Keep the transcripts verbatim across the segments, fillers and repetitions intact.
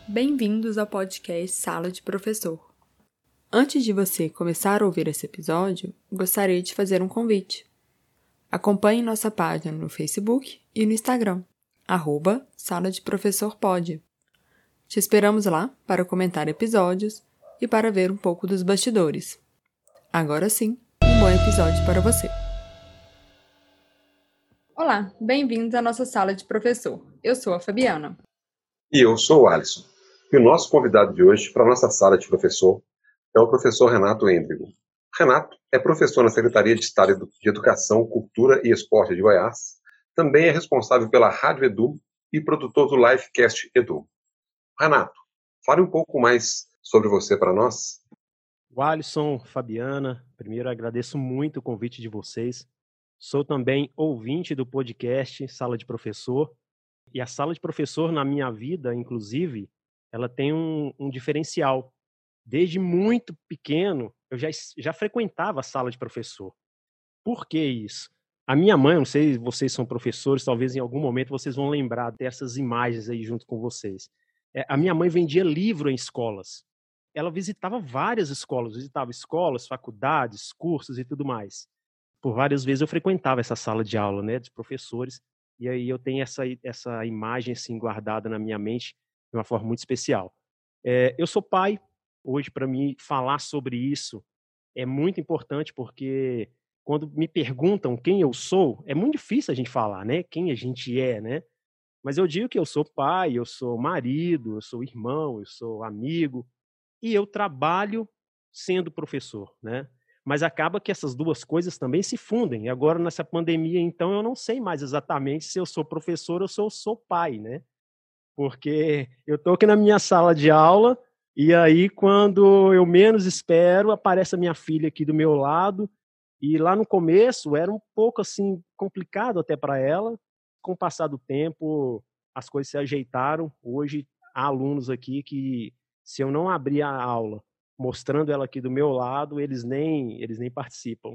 Bem-vindos ao podcast Sala de Professor. Antes de você começar a ouvir esse episódio, gostaria de fazer um convite. Acompanhe nossa página no Facebook e no Instagram, arroba Sala de Professor Pod. Te esperamos lá para comentar episódios e para ver um pouco dos bastidores. Agora sim, um bom episódio para você. Olá, bem-vindos à nossa Sala de Professor. Eu sou a Fabiana. E eu sou o Alisson. E o nosso convidado de hoje para a nossa Sala de Professor é o professor Renato Endrigo. Renato é professor na Secretaria de Estado de Educação, Cultura e Esporte de Goiás. Também é responsável pela Rádio Edu e produtor do Livecast Edu. Renato, fale um pouco mais sobre você para nós. O Alisson, Fabiana, primeiro agradeço muito o convite de vocês. Sou também ouvinte do podcast Sala de Professor. E a Sala de Professor, na minha vida, inclusive, ela tem um, um diferencial. Desde muito pequeno, eu já, já frequentava a Sala de Professor. Por que isso? A minha mãe, não sei se vocês são professores, talvez em algum momento vocês vão lembrar dessas imagens aí junto com vocês. É, a minha mãe vendia livro em escolas. Ela visitava várias escolas, visitava escolas, faculdades, cursos e tudo mais. Por várias vezes eu frequentava essa sala de aula, né, dos professores, e aí eu tenho essa, essa imagem assim guardada na minha mente de uma forma muito especial. É, eu sou pai, hoje para mim falar sobre isso é muito importante porque quando me perguntam quem eu sou, é muito difícil a gente falar, né, quem a gente é, né? Mas eu digo que eu sou pai, eu sou marido, eu sou irmão, eu sou amigo, e eu trabalho sendo professor, né? Mas acaba que essas duas coisas também se fundem. E agora, nessa pandemia, então, eu não sei mais exatamente se eu sou professor ou se eu sou pai, né? Porque eu estou aqui na minha sala de aula e aí, quando eu menos espero, aparece a minha filha aqui do meu lado. E lá no começo era um pouco assim complicado até para ela. Com o passar do tempo, as coisas se ajeitaram. Hoje há alunos aqui que, se eu não abrir a aula mostrando ela aqui do meu lado, eles nem eles nem participam.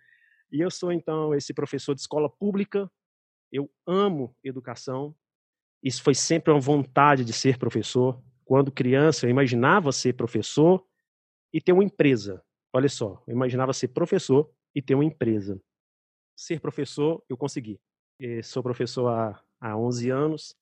E eu sou então esse professor de escola pública. Eu amo educação. Isso foi sempre uma vontade de ser professor. Quando criança, eu imaginava ser professor e ter uma empresa. Olha só, eu imaginava ser professor e ter uma empresa. Ser professor, eu consegui. Eu sou professor há, há onze anos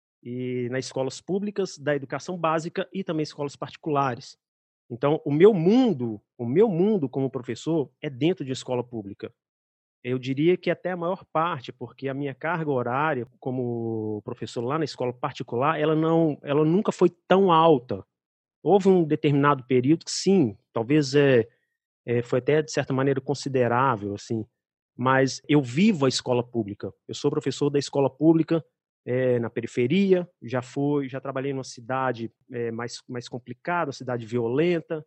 e nas escolas públicas da educação básica e também escolas particulares. Então, o meu mundo, o meu mundo como professor é dentro de escola pública. Eu diria que até a maior parte, porque a minha carga horária como professor lá na escola particular, ela não, ela nunca foi tão alta. Houve um determinado período que sim, talvez é, é, foi até de certa maneira considerável, assim, mas eu vivo a escola pública. Eu sou professor da escola pública é, na periferia, já fui, já trabalhei numa cidade é, mais, mais complicada, uma cidade violenta,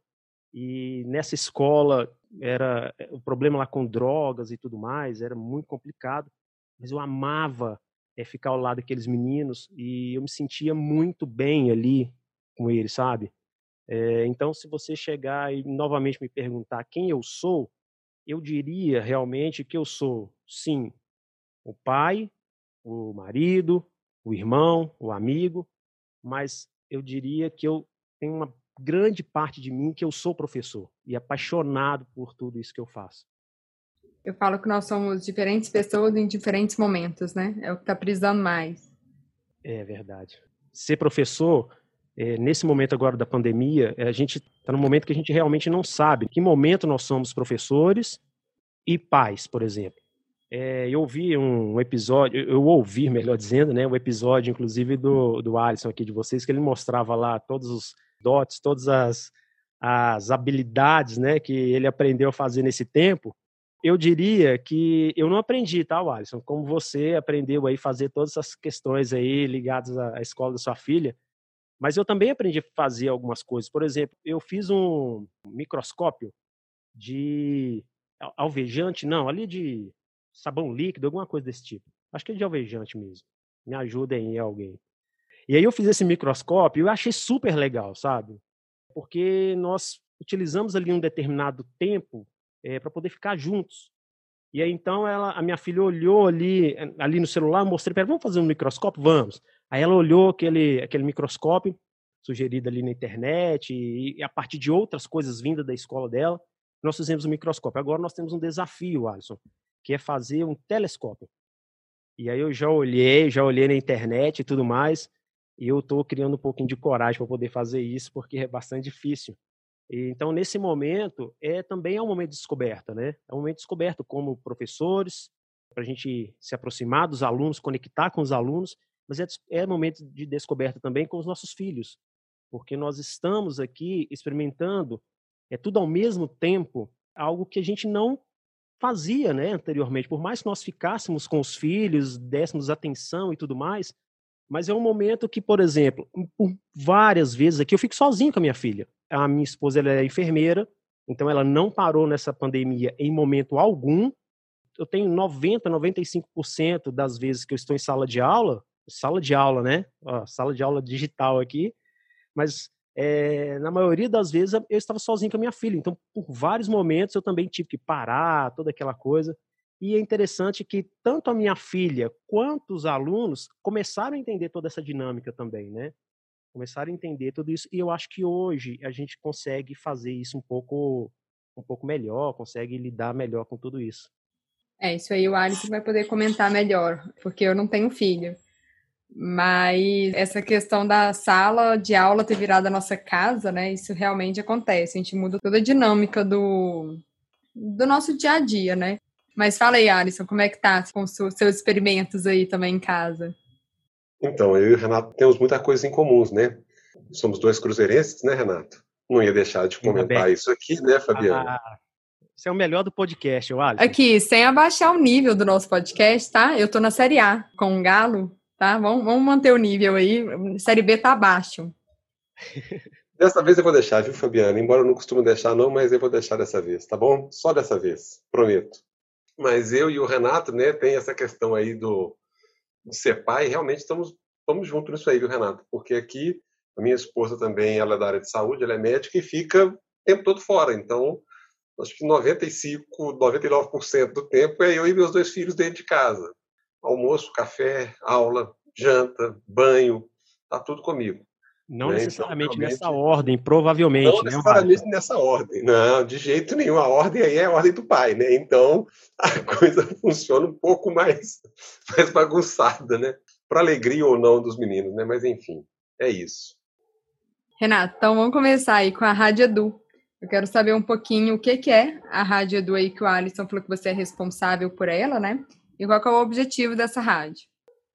e nessa escola era o problema lá com drogas e tudo mais, era muito complicado, mas eu amava é, ficar ao lado daqueles meninos e eu me sentia muito bem ali com eles, sabe? É, então, se você chegar e novamente me perguntar quem eu sou, eu diria realmente que eu sou, sim, o pai, o marido, o irmão, o amigo, mas eu diria que eu tenho uma grande parte de mim que eu sou professor e apaixonado por tudo isso que eu faço. Eu falo que nós somos diferentes pessoas em diferentes momentos, né? É o que está precisando mais. É verdade. Ser professor, é, nesse momento agora da pandemia, a gente está num momento que a gente realmente não sabe em que momento nós somos professores e pais, por exemplo. É, eu ouvi um episódio, eu ouvi, melhor dizendo, né, um episódio, inclusive, do, do Alisson aqui de vocês, que ele mostrava lá todos os dotes, todas as, as habilidades, né, que ele aprendeu a fazer nesse tempo. Eu diria que eu não aprendi, tá, Alisson? Como você aprendeu aí fazer todas essas questões aí ligadas à escola da sua filha, mas eu também aprendi a fazer algumas coisas. Por exemplo, eu fiz um microscópio de alvejante, não, ali de sabão líquido, alguma coisa desse tipo. Acho que é de alvejante mesmo. Me ajudem aí alguém. E aí eu fiz esse microscópio e eu achei super legal, sabe? Porque nós utilizamos ali um determinado tempo é, para poder ficar juntos. E aí então ela, a minha filha olhou ali, ali no celular, mostrei para ela, vamos fazer um microscópio? Vamos. Aí ela olhou aquele, aquele microscópio, sugerida ali na internet e, e a partir de outras coisas vindas da escola dela, nós fizemos um microscópio. Agora nós temos um desafio, Alisson, que é fazer um telescópio. E aí eu já olhei, já olhei na internet e tudo mais, e eu estou criando um pouquinho de coragem para poder fazer isso, porque é bastante difícil. E, então, nesse momento, é também é um momento de descoberta, né? É um momento de descoberta como professores, para a gente se aproximar dos alunos, conectar com os alunos, mas é, é momento de descoberta também com os nossos filhos, porque nós estamos aqui experimentando é tudo ao mesmo tempo, algo que a gente não fazia, né, anteriormente. Por mais que nós ficássemos com os filhos, dessemos atenção e tudo mais, mas é um momento que, por exemplo, por várias vezes aqui eu fico sozinho com a minha filha. A minha esposa, ela é enfermeira, então ela não parou nessa pandemia em momento algum. Eu tenho noventa, noventa e cinco por cento das vezes que eu estou em sala de aula, sala de aula, né? Ó, sala de aula digital aqui, mas é, na maioria das vezes eu estava sozinho com a minha filha. Então, por vários momentos eu também tive que parar, toda aquela coisa. E é interessante que tanto a minha filha quanto os alunos começaram a entender toda essa dinâmica também, né? Começaram a entender tudo isso. E eu acho que hoje a gente consegue fazer isso um pouco, um pouco melhor, consegue lidar melhor com tudo isso. É, isso aí o Alisson vai poder comentar melhor, porque eu não tenho filho. Mas essa questão da sala de aula ter virado a nossa casa, né? Isso realmente acontece. A gente muda toda a dinâmica do, do nosso dia a dia, né? Mas fala aí, Alisson, como é que tá com os seus experimentos aí também em casa? Então, eu e o Renato temos muita coisa em comuns, né? Somos dois cruzeirenses, né, Renato? Não ia deixar de comentar isso aqui, né, Fabiana? Ah, isso é o melhor do podcast, eu acho. Aqui, sem abaixar o nível do nosso podcast, tá? Eu tô na Série A com o Galo, tá? Vamos, vamos manter o nível aí. Série B tá abaixo. Dessa vez eu vou deixar, viu, Fabiana? Embora eu não costume deixar, não, mas eu vou deixar dessa vez, tá bom? Só dessa vez, prometo. Mas eu e o Renato, né, tem essa questão aí do de ser pai, realmente estamos, estamos juntos nisso aí, viu, Renato? Porque aqui, a minha esposa também, ela é da área de saúde, ela é médica e fica o tempo todo fora. Então, acho que noventa e cinco, noventa e nove por cento do tempo é eu e meus dois filhos dentro de casa. Almoço, café, aula, janta, banho, tá tudo comigo. Não né? necessariamente então, nessa ordem, provavelmente, não né, necessariamente Marcos? nessa ordem. Não, de jeito nenhum. A ordem aí é a ordem do pai, né? Então, a coisa funciona um pouco mais, mais bagunçada, né? Para alegria ou não dos meninos, né? Mas, enfim, é isso. Renato, então vamos começar aí com a Rádio Edu. Eu quero saber um pouquinho o que, que é a Rádio Edu aí, que o Alisson falou que você é responsável por ela, né? E qual que é o objetivo dessa rádio?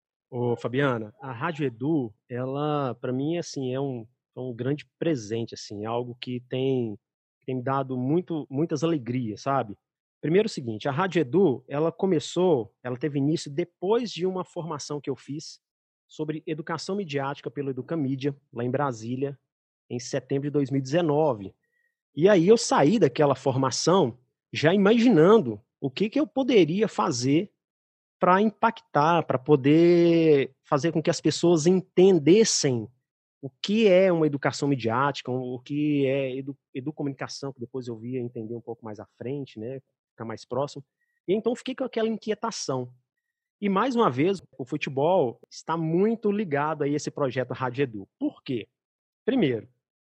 Ô, Fabiana, a Rádio Edu, ela, para mim, assim, é um, é um grande presente, assim, é algo que tem, tem me dado muito, muitas alegrias, sabe? Primeiro o seguinte, a Rádio Edu, ela começou, ela teve início depois de uma formação que eu fiz sobre educação midiática pelo Educamídia, lá em Brasília, em setembro de dois mil e dezenove. E aí eu saí daquela formação já imaginando o que, que eu poderia fazer para impactar, para poder fazer com que as pessoas entendessem o que é uma educação midiática, o que é edu, educomunicação, que depois eu via entender um pouco mais à frente, né, ficar mais próximo. E então fiquei com aquela inquietação. E mais uma vez, o futebol está muito ligado a esse projeto Rádio Edu. Por quê? Primeiro,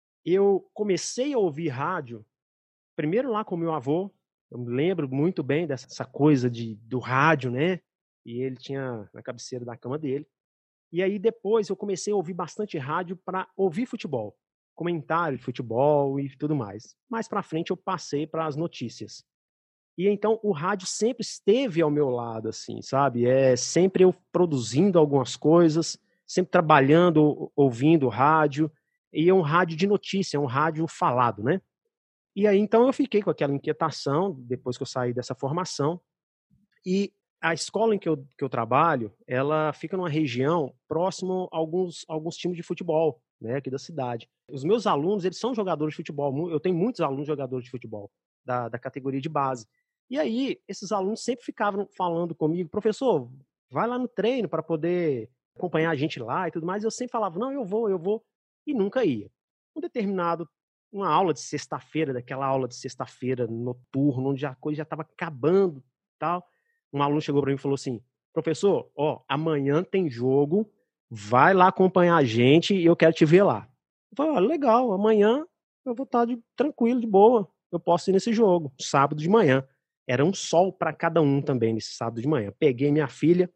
eu comecei a ouvir rádio, primeiro lá com meu avô, eu me lembro muito bem dessa coisa de, do rádio, né? E ele tinha na cabeceira da cama dele. E aí depois eu comecei a ouvir bastante rádio para ouvir futebol, comentário de futebol e tudo mais. Mais para frente eu passei para as notícias. E então o rádio sempre esteve ao meu lado, assim, sabe? É sempre eu produzindo algumas coisas, sempre trabalhando, ouvindo rádio. E é um rádio de notícia, é um rádio falado, né? E aí então eu fiquei com aquela inquietação depois que eu saí dessa formação. E a escola em que eu, que eu trabalho, ela fica numa região próximo a alguns, alguns times de futebol, né, aqui da cidade. Os meus alunos, eles são jogadores de futebol, eu tenho muitos alunos jogadores de futebol, da, da categoria de base. E aí, esses alunos sempre ficavam falando comigo, professor, vai lá no treino para poder acompanhar a gente lá e tudo mais. Eu sempre falava, não, eu vou, eu vou, e nunca ia. Um determinado, uma aula de sexta-feira, daquela aula de sexta-feira noturno, onde a coisa já estava acabando e tal, um aluno chegou para mim e falou assim, professor, ó, amanhã tem jogo, vai lá acompanhar a gente e eu quero te ver lá. Eu falei, olha, legal, amanhã eu vou estar de, tranquilo, de boa, eu posso ir nesse jogo, sábado de manhã. Era um sol para cada um também nesse sábado de manhã. Peguei minha filha,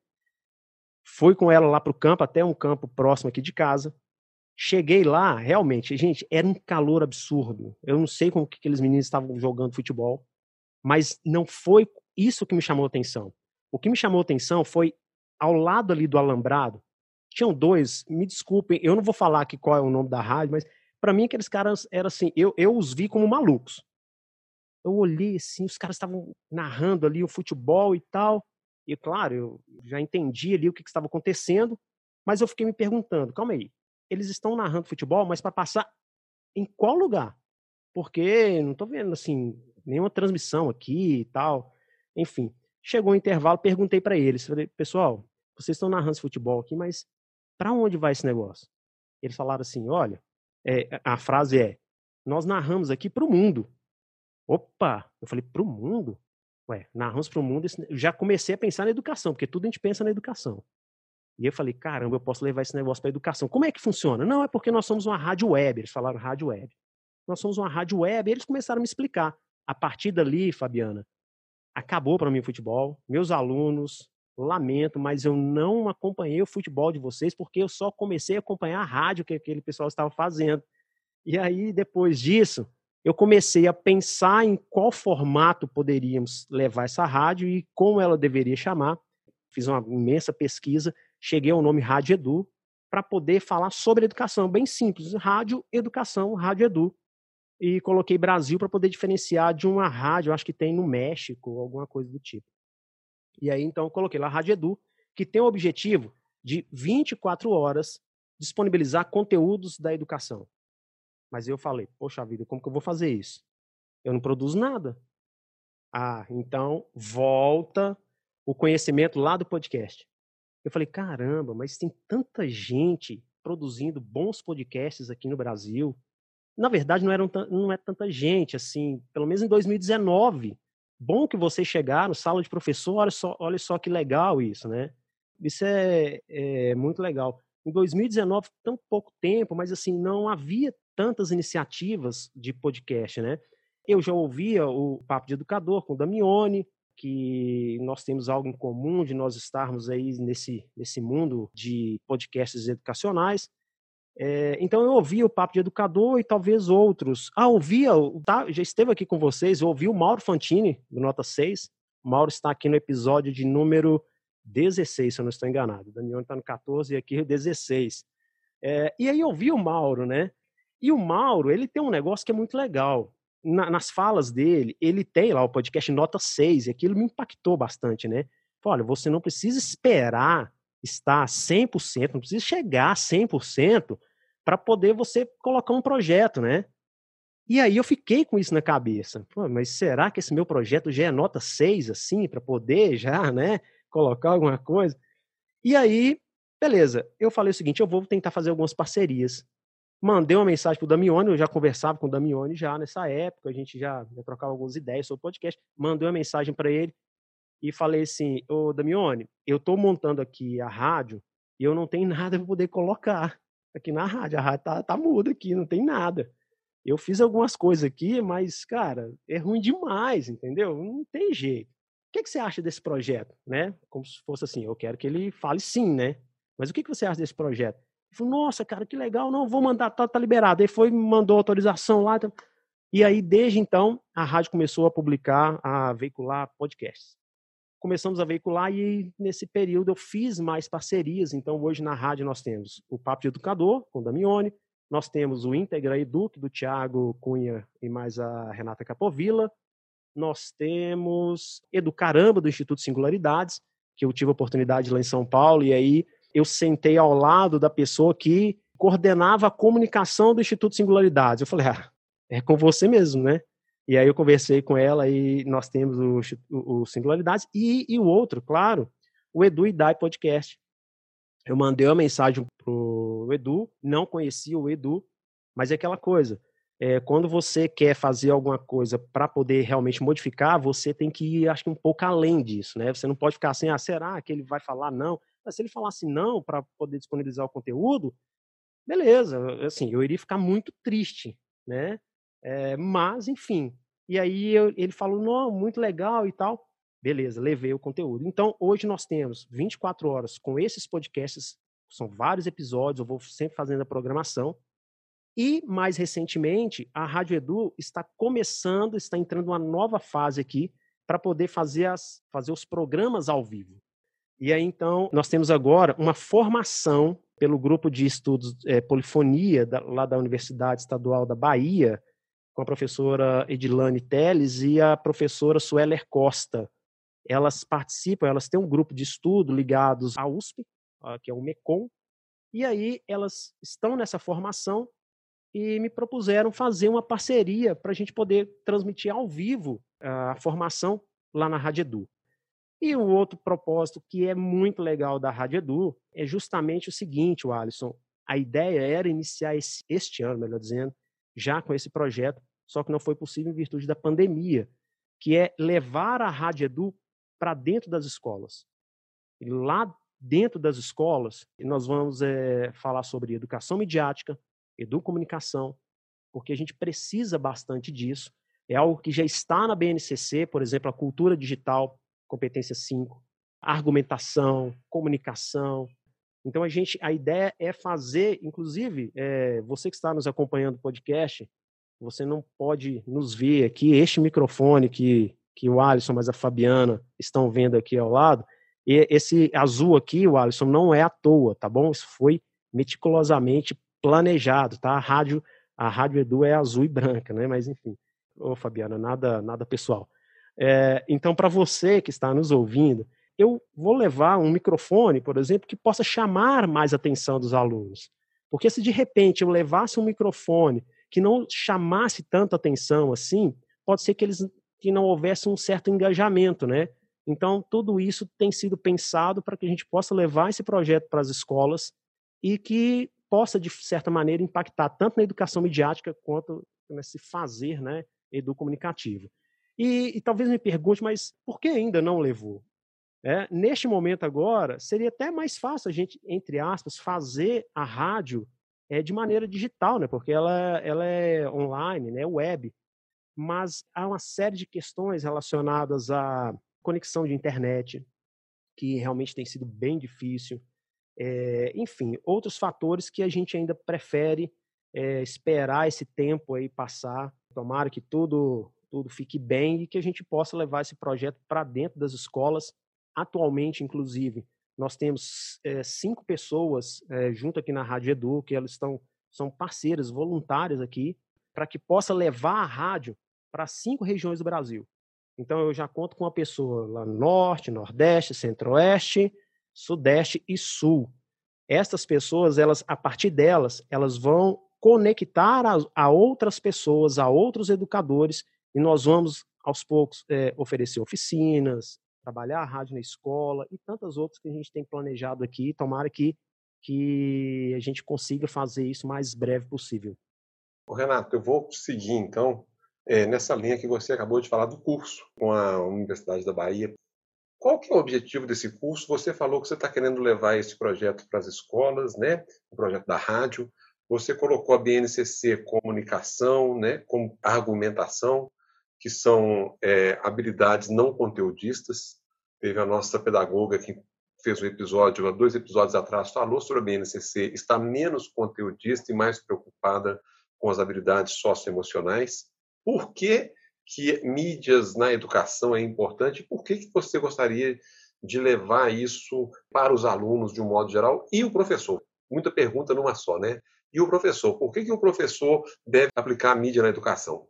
fui com ela lá pro campo, até um campo próximo aqui de casa. Cheguei lá, realmente, gente, era um calor absurdo. Eu não sei como que aqueles meninos estavam jogando futebol, mas não foi isso que me chamou a atenção. O que me chamou a atenção foi, ao lado ali do alambrado, tinham dois, me desculpem, eu não vou falar aqui qual é o nome da rádio, mas para mim aqueles caras eram assim, eu, eu os vi como malucos. Eu olhei assim, os caras estavam narrando ali o futebol e tal, e claro, eu já entendi ali o que, que estava acontecendo, mas eu fiquei me perguntando, calma aí, eles estão narrando futebol, mas para passar em qual lugar? Porque não tô vendo, assim, nenhuma transmissão aqui e tal. Enfim, chegou o intervalo, perguntei para eles, falei, pessoal, vocês estão narrando esse futebol aqui, mas para onde vai esse negócio? Eles falaram assim, olha, é, a frase é, nós narramos aqui para o mundo. Opa! Eu falei, para o mundo? Ué, narramos para o mundo, eu já comecei a pensar na educação, porque tudo a gente pensa na educação. E eu falei, caramba, eu posso levar esse negócio para educação. Como é que funciona? Não, é porque nós somos uma rádio web. Eles falaram rádio web. Nós somos uma rádio web. E eles começaram a me explicar. A partir dali, Fabiana, acabou para mim o futebol. Meus alunos, lamento, mas eu não acompanhei o futebol de vocês porque eu só comecei a acompanhar a rádio que aquele pessoal estava fazendo. E aí, depois disso, eu comecei a pensar em qual formato poderíamos levar essa rádio e como ela deveria chamar. Fiz uma imensa pesquisa, cheguei ao nome Rádio Edu, para poder falar sobre educação, bem simples, rádio, educação, Rádio Edu. E coloquei Brasil para poder diferenciar de uma rádio, acho que tem no México, alguma coisa do tipo. E aí, então, eu coloquei lá Rádio Edu, que tem o objetivo de vinte e quatro horas disponibilizar conteúdos da educação. Mas eu falei, poxa vida, como que eu vou fazer isso? Eu não produzo nada. Ah, então volta o conhecimento lá do podcast. Eu falei, caramba, mas tem tanta gente produzindo bons podcasts aqui no Brasil. Na verdade, não, eram, não é tanta gente, assim, pelo menos em dois mil e dezenove. Bom que vocês chegaram, sala de professor, olha só, olha só que legal isso, né? Isso é, é muito legal. Em dois mil e dezenove, tão pouco tempo, mas assim, não havia tantas iniciativas de podcast, né? Eu já ouvia o Papo de Educador com o Damione, que nós temos algo em comum de nós estarmos aí nesse, nesse mundo de podcasts educacionais. É, então eu ouvi o Papo de Educador e talvez outros. Ah, ouvia, tá, já esteve aqui com vocês, eu ouvi o Mauro Fantini, do Nota seis. O Mauro está aqui no episódio de número dezesseis, se eu não estou enganado. O Damione está no quatorze e aqui dezesseis. É, e aí eu ouvi o Mauro, né? E o Mauro, ele tem um negócio que é muito legal. Na, nas falas dele, ele tem lá o podcast Nota seis, e aquilo me impactou bastante, né? Olha, você não precisa esperar estar cem por cento, não precisa chegar a cem por cento para poder você colocar um projeto, né? E aí eu fiquei com isso na cabeça. Pô, mas será que esse meu projeto já é nota seis, assim, para poder já, né, colocar alguma coisa? E aí, beleza, eu falei o seguinte, eu vou tentar fazer algumas parcerias. Mandei uma mensagem pro Damione, eu já conversava com o Damione já nessa época, a gente já, já trocava algumas ideias sobre o podcast. Mandei uma mensagem para ele e falei assim, ô Damione, eu tô montando aqui a rádio e eu não tenho nada para poder colocar aqui na rádio. A rádio tá, tá muda aqui, não tem nada. Eu fiz algumas coisas aqui, mas, cara, é ruim demais, entendeu? Não tem jeito. O que, que você acha desse projeto, né? Como se fosse assim, eu quero que ele fale sim, né? Mas o que, que você acha desse projeto? Ele falou, nossa, cara, que legal, não, vou mandar, tá, tá liberado. Aí foi, mandou autorização lá. E aí, desde então, a rádio começou a publicar, a veicular podcasts. Começamos a veicular e, nesse período, eu fiz mais parcerias. Então, hoje, na rádio, nós temos o Papo de Educador, com o Damione, nós temos o Íntegra Educ, do Thiago Cunha e mais a Renata Capovilla, nós temos Educaramba, do Instituto Singularidades, que eu tive a oportunidade lá em São Paulo, e aí eu sentei ao lado da pessoa que coordenava a comunicação do Instituto Singularidades. Eu falei, ah, é com você mesmo, né? E aí eu conversei com ela e nós temos o, o, o Singularidades e, e o outro, claro, o Edu e Dai Podcast. Eu mandei uma mensagem pro Edu, não conhecia o Edu, mas é aquela coisa, é, quando você quer fazer alguma coisa para poder realmente modificar, você tem que ir, acho que um pouco além disso, né? Você não pode ficar assim, ah, será que ele vai falar não? Mas se ele falasse não para poder disponibilizar o conteúdo, beleza, assim, eu iria ficar muito triste, né? É, mas, enfim. E aí eu, ele falou, não, muito legal e tal. Beleza, levei o conteúdo. Então, hoje nós temos vinte e quatro horas com esses podcasts, são vários episódios, eu vou sempre fazendo a programação. E, mais recentemente, a Rádio Edu está começando, está entrando uma nova fase aqui para poder fazer, as, fazer os programas ao vivo. E aí, então, nós temos agora uma formação pelo grupo de estudos é, Polifonia, da, lá da Universidade Estadual da Bahia, com a professora Edilane Teles e a professora Sueller Costa. Elas participam, elas têm um grupo de estudo ligados à U S P, que é o MECOM, e aí elas estão nessa formação e me propuseram fazer uma parceria para a gente poder transmitir ao vivo a formação lá na Rádio Edu. E o outro propósito que é muito legal da Rádio Edu é justamente o seguinte, o Alisson, a ideia era iniciar esse, este ano, melhor dizendo, já com esse projeto, só que não foi possível em virtude da pandemia, que é levar a Rádio Edu para dentro das escolas. E lá dentro das escolas, nós vamos é, falar sobre educação midiática, educomunicação, porque a gente precisa bastante disso. É algo que já está na B N C C, por exemplo, a cultura digital, competência cinco, argumentação, comunicação. Então, a gente, a ideia é fazer, inclusive, é, você que está nos acompanhando no podcast, você não pode nos ver aqui, este microfone que, que o Alisson, mas a Fabiana estão vendo aqui ao lado, e esse azul aqui, o Alisson, não é à toa, tá bom? Isso foi meticulosamente planejado, tá? A rádio, a Rádio Edu é azul e branca, né? Mas, enfim, ô Fabiana, nada, nada pessoal. É, então, para você que está nos ouvindo, eu vou levar um microfone, por exemplo, que possa chamar mais a atenção dos alunos. Porque se de repente eu levasse um microfone que não chamasse tanta atenção assim, pode ser que eles que não houvesse um certo engajamento, né? Então, tudo isso tem sido pensado para que a gente possa levar esse projeto para as escolas e que possa, de certa maneira, impactar tanto na educação midiática quanto nesse fazer, né, educomunicativo. E, e talvez me pergunte, mas por que ainda não levou? É, neste momento agora, seria até mais fácil a gente, entre aspas, fazer a rádio é, de maneira digital, né? Porque ela, ela é online, né? Web. Mas há uma série de questões relacionadas à conexão de internet, que realmente tem sido bem difícil. É, enfim, outros fatores que a gente ainda prefere é, esperar esse tempo aí passar. Tomara que tudo tudo fique bem e que a gente possa levar esse projeto para dentro das escolas. Atualmente, inclusive, nós temos é, cinco pessoas é, junto aqui na Rádio Edu, que elas estão, são parceiras voluntárias aqui, para que possa levar a rádio para cinco regiões do Brasil. Então, eu já conto com uma pessoa lá no Norte, Nordeste, Centro-Oeste, Sudeste e Sul. Estas pessoas, elas, a partir delas, elas vão conectar a, a outras pessoas, a outros educadores, e nós vamos, aos poucos, é, oferecer oficinas, trabalhar a rádio na escola e tantas outras que a gente tem planejado aqui. Tomara que, que a gente consiga fazer isso o mais breve possível. Ô, Renato, eu vou seguir, então, é, nessa linha que você acabou de falar do curso com a Universidade da Bahia. Qual que é o objetivo desse curso? Você falou que você está querendo levar esse projeto para as escolas, né? O projeto da rádio. Você colocou a B N C C comunicação, né? Com argumentação, que são é, habilidades não conteudistas. Teve a nossa pedagoga que fez um episódio, há dois episódios atrás, falou sobre a B N C C, está menos conteudista e mais preocupada com as habilidades socioemocionais. Por que que mídias na educação é importante? Por que que você gostaria de levar isso para os alunos de um modo geral e o professor? Muita pergunta numa só, né? E o professor? Por que que o professor deve aplicar a mídia na educação?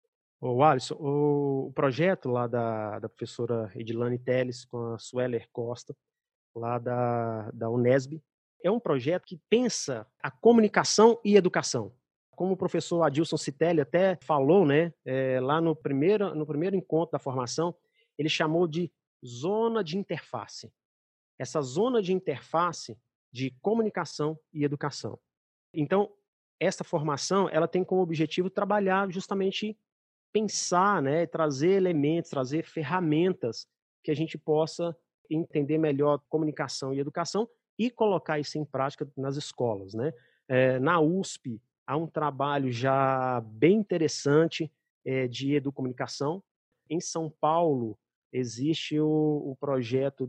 Ô, Alisson, o, o projeto lá da, da professora Edilane Teles com a Sueller Costa, lá da, da Unesb, é um projeto que pensa a comunicação e educação. Como o professor Adilson Citelli até falou, né, é, lá no primeiro, no primeiro encontro da formação, ele chamou de zona de interface. Essa zona de interface de comunicação e educação. Então, essa formação ela tem como objetivo trabalhar justamente pensar, né, trazer elementos, trazer ferramentas que a gente possa entender melhor comunicação e educação e colocar isso em prática nas escolas, né? É, na U S P, há um trabalho já bem interessante é, de educomunicação. Em São Paulo, existe o, o projeto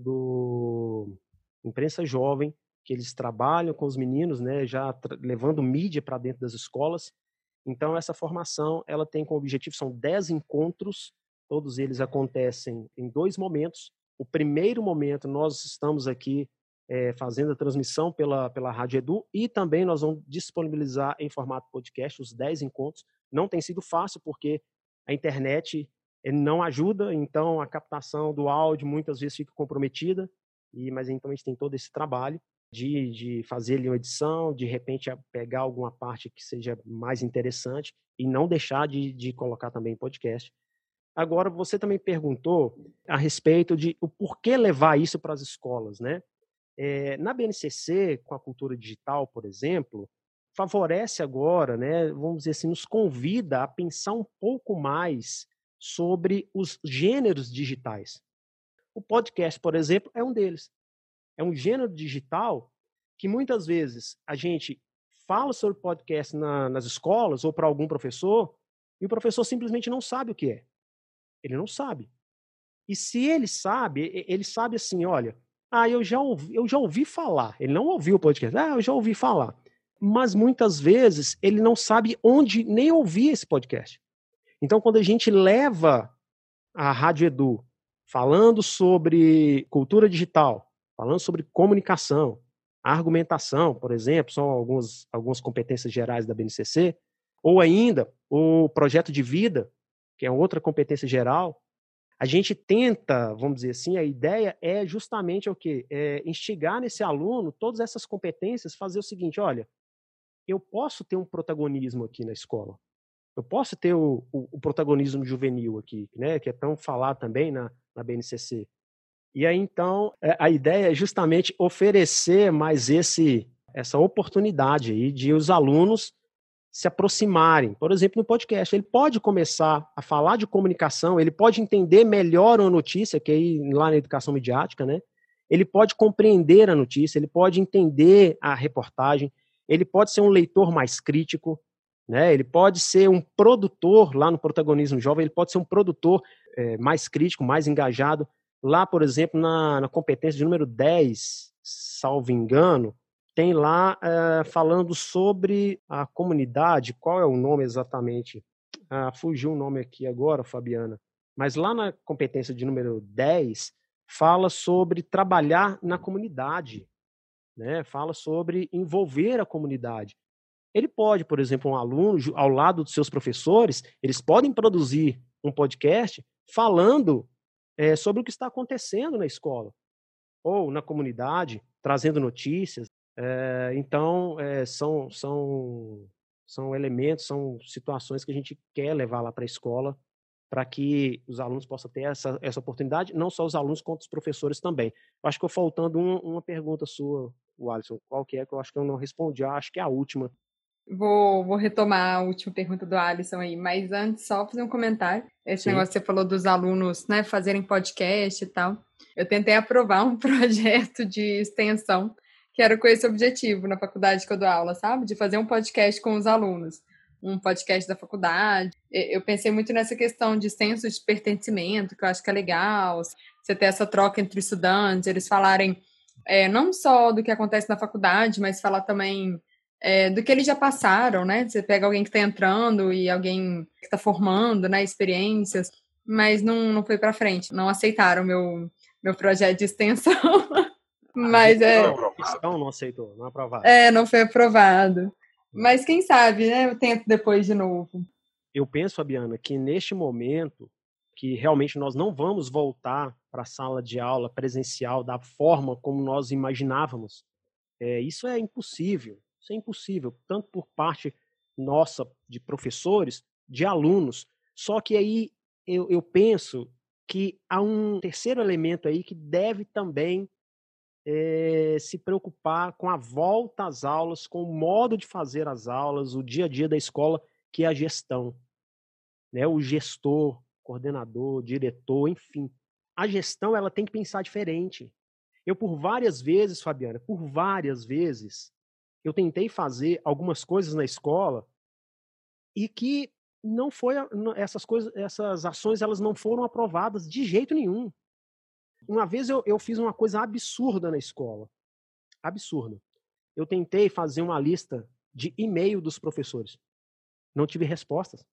do Imprensa Jovem, que eles trabalham com os meninos, né, já levando mídia para dentro das escolas. Então, essa formação ela tem como objetivo, são dez encontros, todos eles acontecem em dois momentos. O primeiro momento, nós estamos aqui é, fazendo a transmissão pela, pela Rádio Edu, e também nós vamos disponibilizar em formato podcast os dez encontros. Não tem sido fácil, porque a internet não ajuda, então a captação do áudio muitas vezes fica comprometida, e, mas então a gente tem todo esse trabalho de, de fazer ali uma edição, de repente pegar alguma parte que seja mais interessante e não deixar de, de colocar também em podcast. Agora, você também perguntou a respeito de o porquê levar isso para as escolas, né? É, na B N C C, com a cultura digital, por exemplo, favorece agora, né, vamos dizer assim, nos convida a pensar um pouco mais sobre os gêneros digitais. O podcast, por exemplo, é um deles. É um gênero digital que muitas vezes a gente fala sobre podcast na, nas escolas ou para algum professor e o professor simplesmente não sabe o que é. Ele não sabe. E se ele sabe, ele sabe assim, olha, ah, eu já ouvi, eu já ouvi falar. Ele não ouviu o podcast. Ah, eu já ouvi falar. Mas muitas vezes ele não sabe onde nem ouvir esse podcast. Então, quando a gente leva a Rádio Edu falando sobre cultura digital, falando sobre comunicação, argumentação, por exemplo, são algumas, algumas competências gerais da B N C C, ou ainda o projeto de vida, que é outra competência geral, a gente tenta, vamos dizer assim, a ideia é justamente o quê? É instigar nesse aluno todas essas competências, fazer o seguinte, olha, eu posso ter um protagonismo aqui na escola, eu posso ter o, o, o protagonismo juvenil aqui, né, que é tão falado também na, na B N C C. E aí, então, a ideia é justamente oferecer mais esse, essa oportunidade aí de os alunos se aproximarem. Por exemplo, no podcast, ele pode começar a falar de comunicação, ele pode entender melhor uma notícia, que aí lá na educação midiática, né? Ele pode compreender a notícia, ele pode entender a reportagem, ele pode ser um leitor mais crítico, né? Ele pode ser um produtor, lá no Protagonismo Jovem, ele pode ser um produtor é, mais crítico, mais engajado. Lá, por exemplo, na, na competência de número dez, salvo engano, tem lá é, falando sobre a comunidade, qual é o nome exatamente? Ah, fugiu o nome aqui agora, Fabiana. Mas lá na competência de número dez, fala sobre trabalhar na comunidade, né? Fala sobre envolver a comunidade. Ele pode, por exemplo, um aluno, ao lado dos seus professores, eles podem produzir um podcast falando é, sobre o que está acontecendo na escola ou na comunidade, trazendo notícias. É, então, é, são, são, são elementos, são situações que a gente quer levar lá para a escola para que os alunos possam ter essa, essa oportunidade, não só os alunos, quanto os professores também. Eu acho que ficou faltando um, uma pergunta sua, Alisson, qual que é, que eu acho que eu não respondi, acho que é a última. Vou, vou retomar a última pergunta do Alisson aí, mas antes só fazer um comentário. Esse Sim. negócio que você falou dos alunos, né, fazerem podcast e tal. Eu tentei aprovar um projeto de extensão que era com esse objetivo na faculdade que eu dou aula, sabe? De fazer um podcast com os alunos, um podcast da faculdade. Eu pensei muito nessa questão de senso de pertencimento, que eu acho que é legal, você ter essa troca entre estudantes, eles falarem é, não só do que acontece na faculdade, mas falar também É, do que eles já passaram, né? Você pega alguém que está entrando e alguém que está formando, né? Experiências, mas não, não foi para frente. Não aceitaram meu meu projeto de extensão. Mas a é. Não, não aceitou, não aprovado. É, não foi aprovado. Mas quem sabe, né? Eu tento depois de novo. Eu penso, Fabiana, que neste momento que realmente nós não vamos voltar para a sala de aula presencial da forma como nós imaginávamos. É, isso é impossível. Isso é impossível, tanto por parte nossa, de professores, de alunos. Só que aí eu, eu penso que há um terceiro elemento aí que deve também é, se preocupar com a volta às aulas, com o modo de fazer as aulas, o dia a dia da escola, que é a gestão. Né? O gestor, coordenador, diretor, enfim. A gestão ela tem que pensar diferente. Eu, por várias vezes, Fabiana, por várias vezes, eu tentei fazer algumas coisas na escola e que não foi, essas coisas, essas ações, elas não foram aprovadas de jeito nenhum. Uma vez eu, eu fiz uma coisa absurda na escola. Absurda. Eu tentei fazer uma lista de e-mail dos professores. Não tive respostas.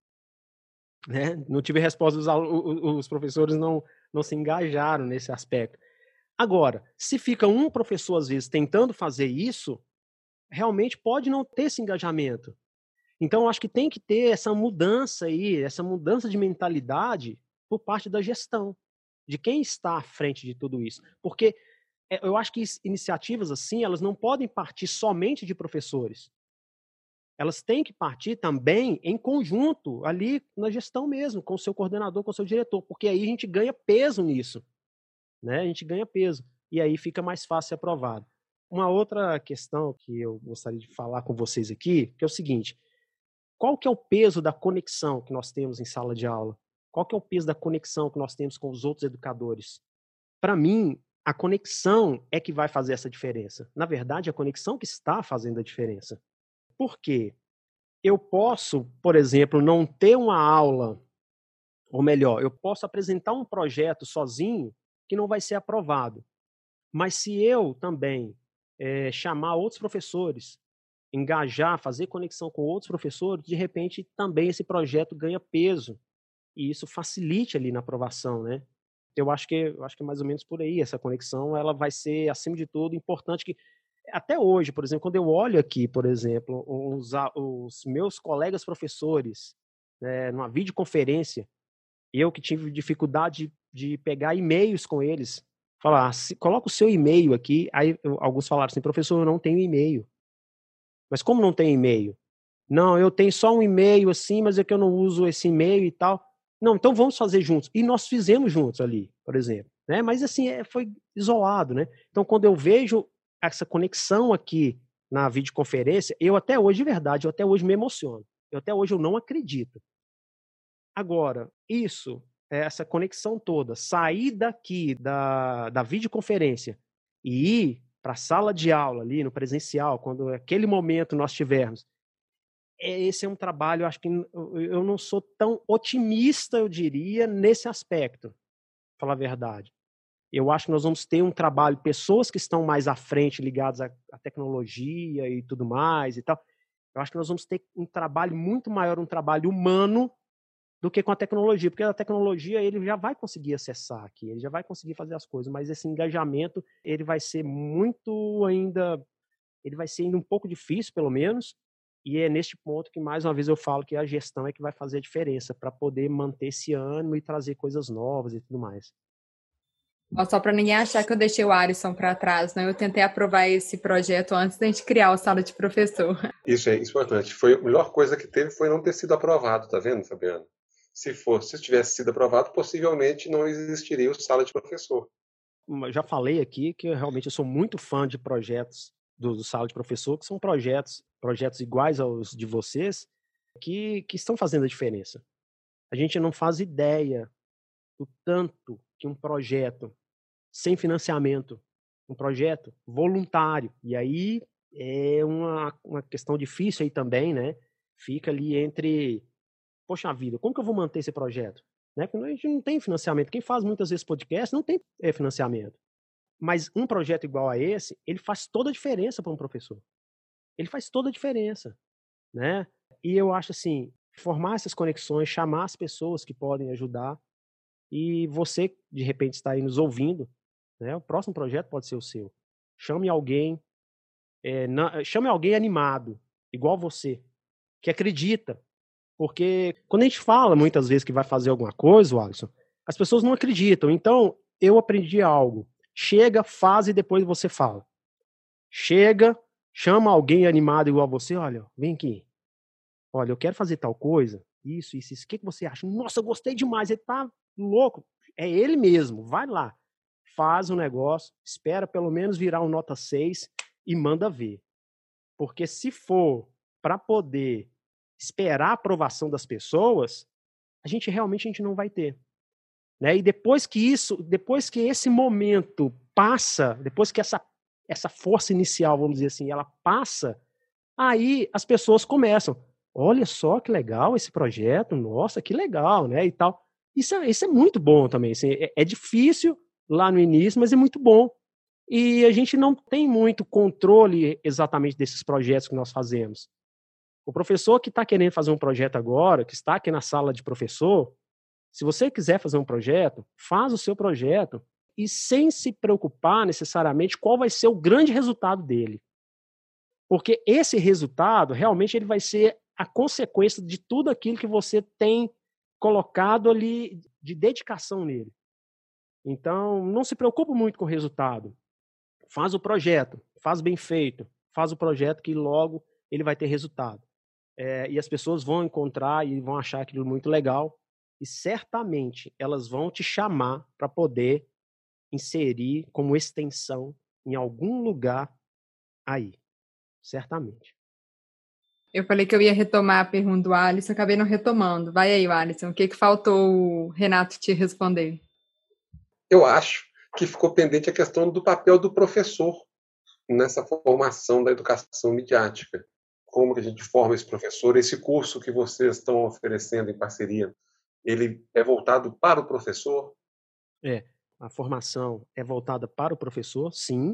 Né? Não tive respostas, os, os professores não, não se engajaram nesse aspecto. Agora, se fica um professor, às vezes, tentando fazer isso, realmente pode não ter esse engajamento. Então, eu acho que tem que ter essa mudança aí, essa mudança de mentalidade por parte da gestão, de quem está à frente de tudo isso. Porque eu acho que iniciativas assim, elas não podem partir somente de professores. Elas têm que partir também em conjunto, ali na gestão mesmo, com o seu coordenador, com o seu diretor, porque aí a gente ganha peso nisso. Né? A gente ganha peso. E aí fica mais fácil ser aprovado. Uma outra questão que eu gostaria de falar com vocês aqui, que é o seguinte: qual que é o peso da conexão que nós temos em sala de aula? Qual que é o peso da conexão que nós temos com os outros educadores? Para mim, a conexão é que vai fazer essa diferença. Na verdade, a conexão que está fazendo a diferença. Por quê? Eu posso, por exemplo, não ter uma aula, ou melhor, eu posso apresentar um projeto sozinho que não vai ser aprovado. Mas se eu também é, chamar outros professores, engajar, fazer conexão com outros professores, de repente também esse projeto ganha peso. E isso facilite ali na aprovação, né? Eu acho que, eu acho que é mais ou menos por aí. Essa conexão, ela vai ser, acima de tudo, importante. Que até hoje, por exemplo, quando eu olho aqui, por exemplo, os, os meus colegas professores, né, numa videoconferência, eu que tive dificuldade de pegar e-mails com eles, falar, se, coloca o seu e-mail aqui. Aí eu, alguns falaram assim, professor, eu não tenho e-mail. Mas como não tem e-mail? Não, eu tenho só um e-mail assim, mas é que eu não uso esse e-mail e tal. Não, então vamos fazer juntos. E nós fizemos juntos ali, por exemplo. Né? Mas assim, é, foi isolado. Né? Então, quando eu vejo essa conexão aqui na videoconferência, eu até hoje, de verdade, eu até hoje me emociono. Eu até hoje eu não acredito. Agora, isso, essa conexão toda, sair daqui da, da videoconferência e ir para a sala de aula ali, no presencial, quando aquele momento nós tivermos, esse é um trabalho, eu acho que eu não sou tão otimista, eu diria, nesse aspecto, para falar a verdade. Eu acho que nós vamos ter um trabalho, pessoas que estão mais à frente, ligadas à, à tecnologia e tudo mais e tal. Eu acho que nós vamos ter um trabalho muito maior, um trabalho humano, do que com a tecnologia, porque a tecnologia ele já vai conseguir acessar aqui, ele já vai conseguir fazer as coisas, mas esse engajamento ele vai ser muito ainda, ele vai ser ainda um pouco difícil, pelo menos, e é neste ponto que, mais uma vez, eu falo que a gestão é que vai fazer a diferença para poder manter esse ânimo e trazer coisas novas e tudo mais. Só para ninguém achar que eu deixei o Alisson para trás, né? Eu tentei aprovar esse projeto antes da gente criar o Sala de Professor. Isso é importante. Foi a melhor coisa que teve foi não ter sido aprovado, tá vendo, Fabiana? Se fosse, se tivesse sido aprovado, possivelmente não existiria o Sala de Professor. Eu já falei aqui que eu, realmente eu sou muito fã de projetos do, do Sala de Professor, que são projetos, projetos iguais aos de vocês, que, que estão fazendo a diferença. A gente não faz ideia do tanto que um projeto sem financiamento, um projeto voluntário, e aí é uma, uma questão difícil aí também, né? Fica ali entre, poxa vida, como que eu vou manter esse projeto? Né? Porque a gente não tem financiamento. Quem faz muitas vezes podcast não tem é, financiamento. Mas um projeto igual a esse, ele faz toda a diferença para um professor. Ele faz toda a diferença, né? E eu acho assim, formar essas conexões, chamar as pessoas que podem ajudar, e você, de repente, está aí nos ouvindo, né? O próximo projeto pode ser o seu. Chame alguém, é, na, chame alguém animado, igual você, que acredita. Porque quando a gente fala muitas vezes que vai fazer alguma coisa, Alisson, as pessoas não acreditam. Então, eu aprendi algo. Chega, faz e depois você fala. Chega, chama alguém animado igual você, olha, vem aqui. Olha, eu quero fazer tal coisa, isso, isso, isso. O que, que você acha? Nossa, eu gostei demais, ele tá louco. É ele mesmo, vai lá. Faz o negócio, espera pelo menos virar um nota seis e manda ver. Porque se for para poder esperar a aprovação das pessoas, a gente realmente a gente não vai ter. Né? E depois que isso, depois que esse momento passa, depois que essa, essa força inicial, vamos dizer assim, ela passa, Aí as pessoas começam, olha só que legal esse projeto, nossa, que legal, né, e tal. Isso é, isso é muito bom também, assim, é, é difícil lá no início, mas é muito bom. E a gente não tem muito controle exatamente desses projetos que nós fazemos. O professor que está querendo fazer um projeto agora, que está aqui na sala de professor, se você quiser fazer um projeto, faz o seu projeto e sem se preocupar necessariamente qual vai ser o grande resultado dele. Porque esse resultado, realmente, ele vai ser a consequência de tudo aquilo que você tem colocado ali de dedicação nele. Então, não se preocupe muito com o resultado. Faz o projeto, faz bem feito, faz o projeto que logo ele vai ter resultado. É, e as pessoas vão encontrar e vão achar aquilo muito legal e certamente elas vão te chamar para poder inserir como extensão em algum lugar aí, certamente. Eu falei que eu ia retomar a pergunta do Alisson, acabei não retomando. Vai aí, Alisson, o que, que faltou o Renato te responder? Eu acho que ficou pendente a questão do papel do professor nessa formação da educação midiática. Como que a gente forma esse professor? Esse curso que vocês estão oferecendo em parceria, ele é voltado para o professor? É, a formação é voltada para o professor, sim.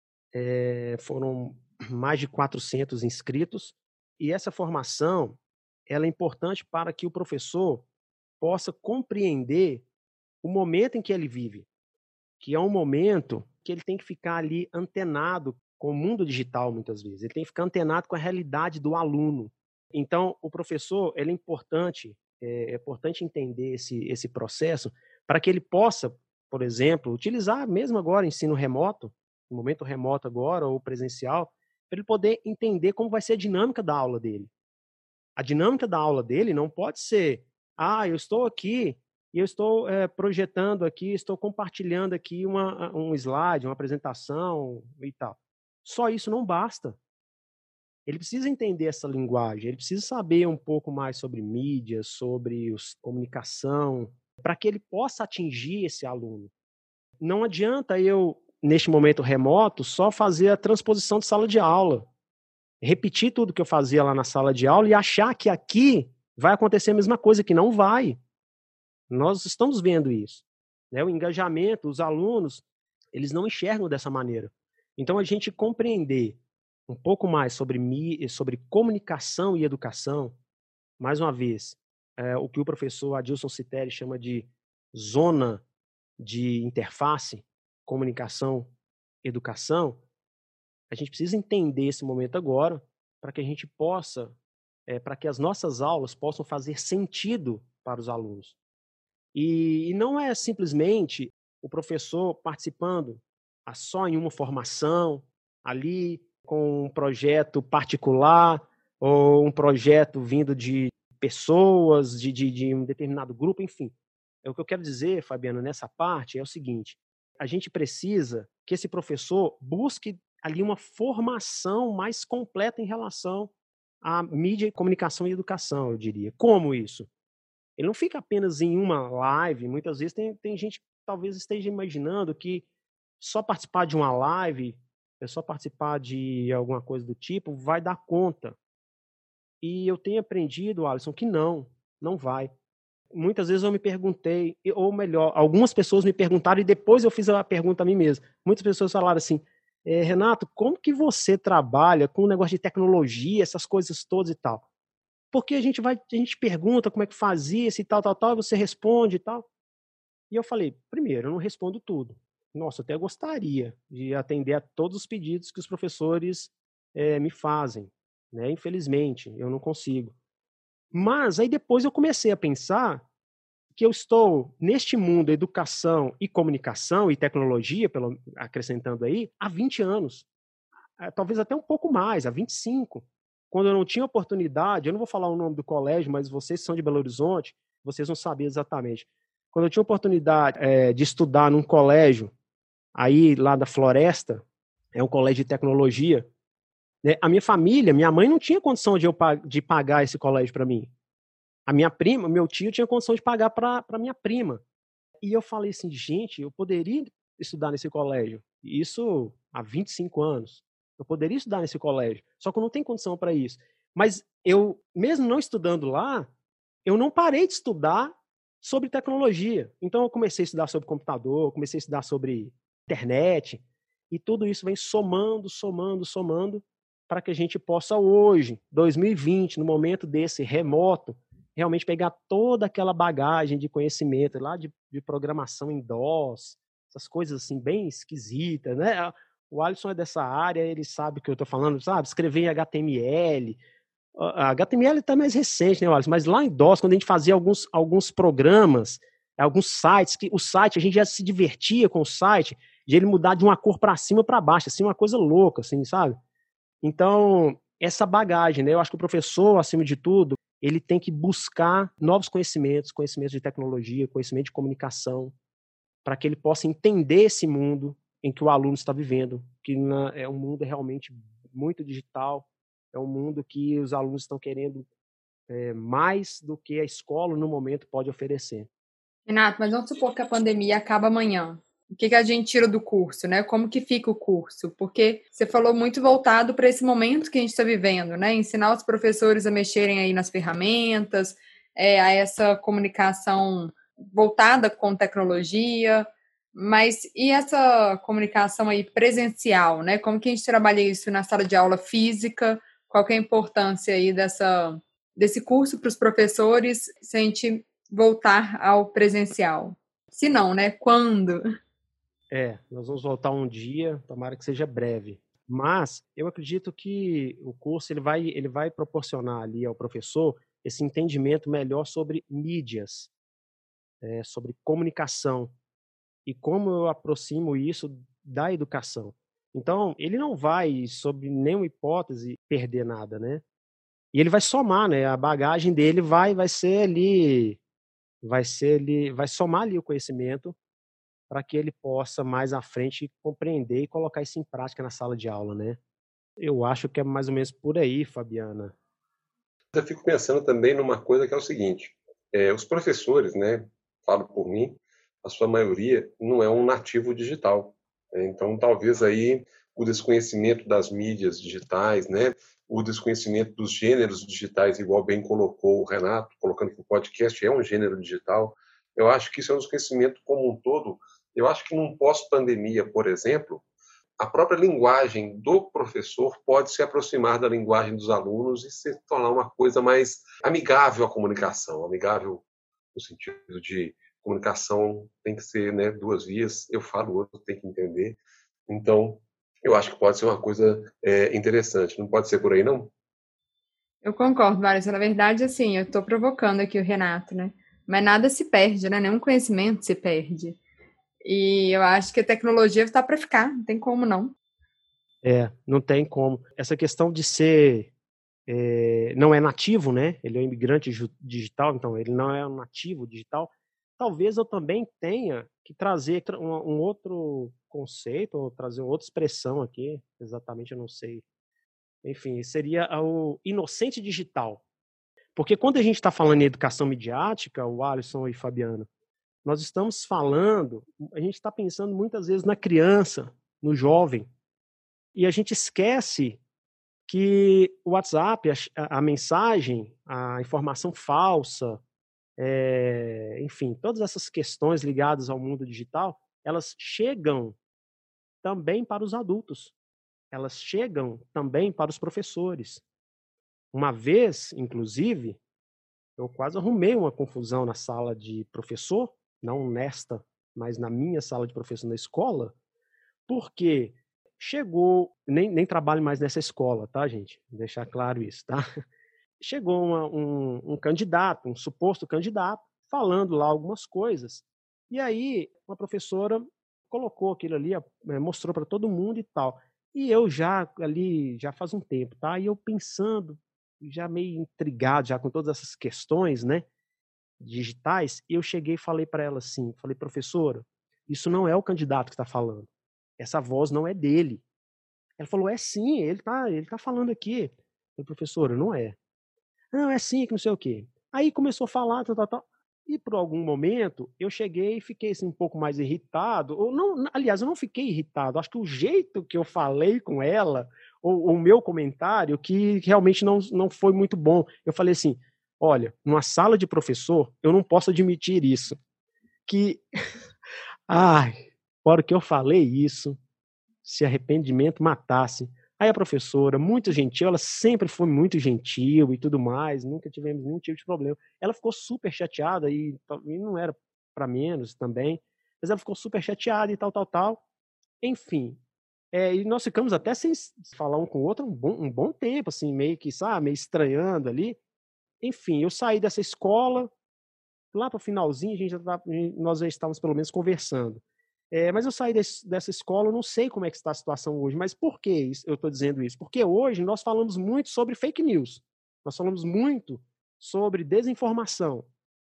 É, foram mais de quatrocentos inscritos. E essa formação, ela é importante para que o professor possa compreender o momento em que ele vive, que é um momento que ele tem que ficar ali antenado com o mundo digital, muitas vezes. Ele tem que ficar antenado com a realidade do aluno. Então, o professor, ele é importante, é, é importante entender esse, esse processo para que ele possa, por exemplo, utilizar mesmo agora ensino remoto, no momento remoto agora, ou presencial, para ele poder entender como vai ser a dinâmica da aula dele. A dinâmica da aula dele não pode ser, ah, eu estou aqui e eu estou é, projetando aqui, estou compartilhando aqui uma, um slide, uma apresentação e tal. Só isso não basta. Ele precisa entender essa linguagem, ele precisa saber um pouco mais sobre mídia, sobre os, comunicação, para que ele possa atingir esse aluno. Não adianta eu, neste momento remoto, só fazer a transposição de sala de aula, repetir tudo que eu fazia lá na sala de aula e achar que aqui vai acontecer a mesma coisa, que não vai. Nós estamos vendo isso. Né? O engajamento, os alunos, eles não enxergam dessa maneira. Então, a gente compreender um pouco mais sobre, sobre comunicação e educação, mais uma vez, é, o que o professor Adilson Citeri chama de zona de interface, comunicação, educação, a gente precisa entender esse momento agora para que a gente possa, é, para que as nossas aulas possam fazer sentido para os alunos. E, e não é simplesmente o professor participando só em uma formação, ali com um projeto particular ou um projeto vindo de pessoas, de, de, de um determinado grupo, enfim. É o que eu quero dizer, Fabiano, nessa parte é o seguinte, a gente precisa que esse professor busque ali uma formação mais completa em relação à mídia, comunicação e educação, eu diria. Como isso? Ele não fica apenas em uma live, muitas vezes tem, tem gente que talvez esteja imaginando que só participar de uma live, é só participar de alguma coisa do tipo, vai dar conta. E eu tenho aprendido, Alisson, que não, não vai. Muitas vezes eu me perguntei, ou melhor, algumas pessoas me perguntaram e depois eu fiz a pergunta a mim mesmo. Muitas pessoas falaram assim, é, Renato, como que você trabalha com o negócio de tecnologia, essas coisas todas e tal? Porque a gente vai, a gente pergunta como é que fazia isso e tal, tal, tal, e você responde e tal. E eu falei, primeiro, eu não respondo tudo. Nossa, eu até gostaria de atender a todos os pedidos que os professores é, me fazem, né? Infelizmente, eu não consigo. Mas aí depois eu comecei a pensar que eu estou neste mundo educação e comunicação e tecnologia, pelo, acrescentando aí, há vinte anos. Talvez até um pouco mais, há vinte e cinco. Quando eu não tinha oportunidade, eu não vou falar o nome do colégio, mas vocês são de Belo Horizonte, vocês vão saber exatamente. Quando eu tinha oportunidade é, de estudar num colégio, aí lá da Floresta, é um colégio de tecnologia, né, a minha família, minha mãe não tinha condição de, eu, de pagar esse colégio para mim. A minha prima, meu tio tinha condição de pagar para minha prima. E eu falei assim, gente, eu poderia estudar nesse colégio. Isso há vinte e cinco anos. Eu poderia estudar nesse colégio, só que eu não tenho condição para isso. Mas eu, mesmo não estudando lá, eu não parei de estudar sobre tecnologia. Então eu comecei a estudar sobre computador, comecei a estudar sobre internet, e tudo isso vem somando, somando, somando, para que a gente possa hoje, dois mil e vinte, no momento desse remoto, realmente pegar toda aquela bagagem de conhecimento lá de, de programação em DOS, essas coisas assim bem esquisitas, né? O Alisson é dessa área, ele sabe o que eu estou falando, sabe? Escrever em H T M L. A H T M L está mais recente, né, Alisson? Mas lá em DOS, quando a gente fazia alguns, alguns programas, alguns sites, que o site, a gente já se divertia com o site, de ele mudar de uma cor para cima para baixo, assim, uma coisa louca, assim, sabe? Então, essa bagagem, né? Eu acho que o professor, acima de tudo, ele tem que buscar novos conhecimentos, conhecimentos de tecnologia, conhecimento de comunicação, para que ele possa entender esse mundo em que o aluno está vivendo, que na, é um mundo realmente muito digital, é um mundo que os alunos estão querendo é, mais do que a escola, no momento, pode oferecer. Renato, mas vamos supor que a pandemia acaba amanhã. O que, que a gente tira do curso, né? Como que fica o curso? Porque você falou muito voltado para esse momento que a gente está vivendo, né? Ensinar os professores a mexerem aí nas ferramentas, é, a essa comunicação voltada com tecnologia, mas e essa comunicação aí presencial, né? Como que a gente trabalha isso na sala de aula física? Qual que é a importância aí dessa, desse curso para os professores se a gente voltar ao presencial? Se não, né? Quando? É, nós vamos voltar um dia, tomara que seja breve. Mas eu acredito que o curso ele vai, ele vai proporcionar ali ao professor esse entendimento melhor sobre mídias, é, sobre comunicação e como eu aproximo isso da educação. Então, ele não vai, sob nenhuma hipótese, perder nada, né? E ele vai somar, né? A bagagem dele vai, vai ser ali, vai ser ali, vai somar ali o conhecimento para que ele possa mais à frente compreender e colocar isso em prática na sala de aula, né? Eu acho que é mais ou menos por aí, Fabiana. Eu fico pensando também numa coisa que é o seguinte: é, os professores, né, falo por mim, a sua maioria não é um nativo digital. Né? Então, talvez aí o desconhecimento das mídias digitais, né, o desconhecimento dos gêneros digitais, igual bem colocou o Renato, colocando que o podcast é um gênero digital. Eu acho que isso é um desconhecimento como um todo. Eu acho que num pós-pandemia, por exemplo, a própria linguagem do professor pode se aproximar da linguagem dos alunos e se tornar uma coisa mais amigável à comunicação, amigável no sentido de comunicação tem que ser, né, duas vias, eu falo, o outro tem que entender. Então, eu acho que pode ser uma coisa é, interessante. Não pode ser por aí, não? Eu concordo, Larissa. Na verdade, assim, eu estou provocando aqui o Renato, né? Mas nada se perde, né? Nenhum conhecimento se perde. E eu acho que a tecnologia está para ficar, não tem como não. É, não tem como. Essa questão de ser é, não é nativo, né? Ele é um imigrante digital, então ele não é um nativo digital. Talvez eu também tenha que trazer um, um outro conceito, ou trazer uma outra expressão aqui, exatamente eu não sei. Enfim, seria o inocente digital. Porque quando a gente está falando em educação midiática, o Alisson e Fabiano, nós estamos falando, a gente está pensando muitas vezes na criança, no jovem, e a gente esquece que o WhatsApp, a, a mensagem, a informação falsa, é, enfim, todas essas questões ligadas ao mundo digital, elas chegam também para os adultos. Elas chegam também para os professores. Uma vez, inclusive, eu quase arrumei uma confusão na sala de professor, não nesta, mas na minha sala de professor na escola, porque chegou, nem, nem trabalho mais nessa escola, tá, gente? Vou deixar claro isso, tá? Chegou uma, um, um candidato, um suposto candidato, falando lá algumas coisas, e aí uma professora colocou aquilo ali, mostrou para todo mundo e tal. E eu já ali, já faz um tempo, tá? E eu pensando, já meio intrigado já com todas essas questões, né, digitais, e eu cheguei e falei para ela assim, falei, professora, isso não é o candidato que está falando, essa voz não é dele. Ela falou, é sim, ele tá, ele tá falando aqui. Eu falei, professora, não é. Não, é sim, que não sei o quê. Aí começou a falar, tal, tal, tal. E por algum momento eu cheguei e fiquei assim, um pouco mais irritado. Ou não, aliás, eu não fiquei irritado. Acho que o jeito que eu falei com ela, o, o meu comentário que realmente não, não foi muito bom. Eu falei assim, olha, numa sala de professor, eu não posso admitir isso. Que, ai, na hora que eu falei isso, se arrependimento matasse. Aí a professora, muito gentil, ela sempre foi muito gentil e tudo mais, nunca tivemos nenhum tipo de problema. Ela ficou super chateada e, e não era para menos também, mas ela ficou super chateada e tal, tal, tal. Enfim, é, e nós ficamos até sem falar um com o outro um bom, um bom tempo, assim, meio que, sabe, meio estranhando ali. Enfim, eu saí dessa escola, lá para o finalzinho, a gente já tava, nós já estávamos pelo menos conversando. É, mas eu saí desse, dessa escola, eu não sei como é que está a situação hoje. Mas por que isso, eu estou dizendo isso? Porque hoje nós falamos muito sobre fake news. Nós falamos muito sobre desinformação.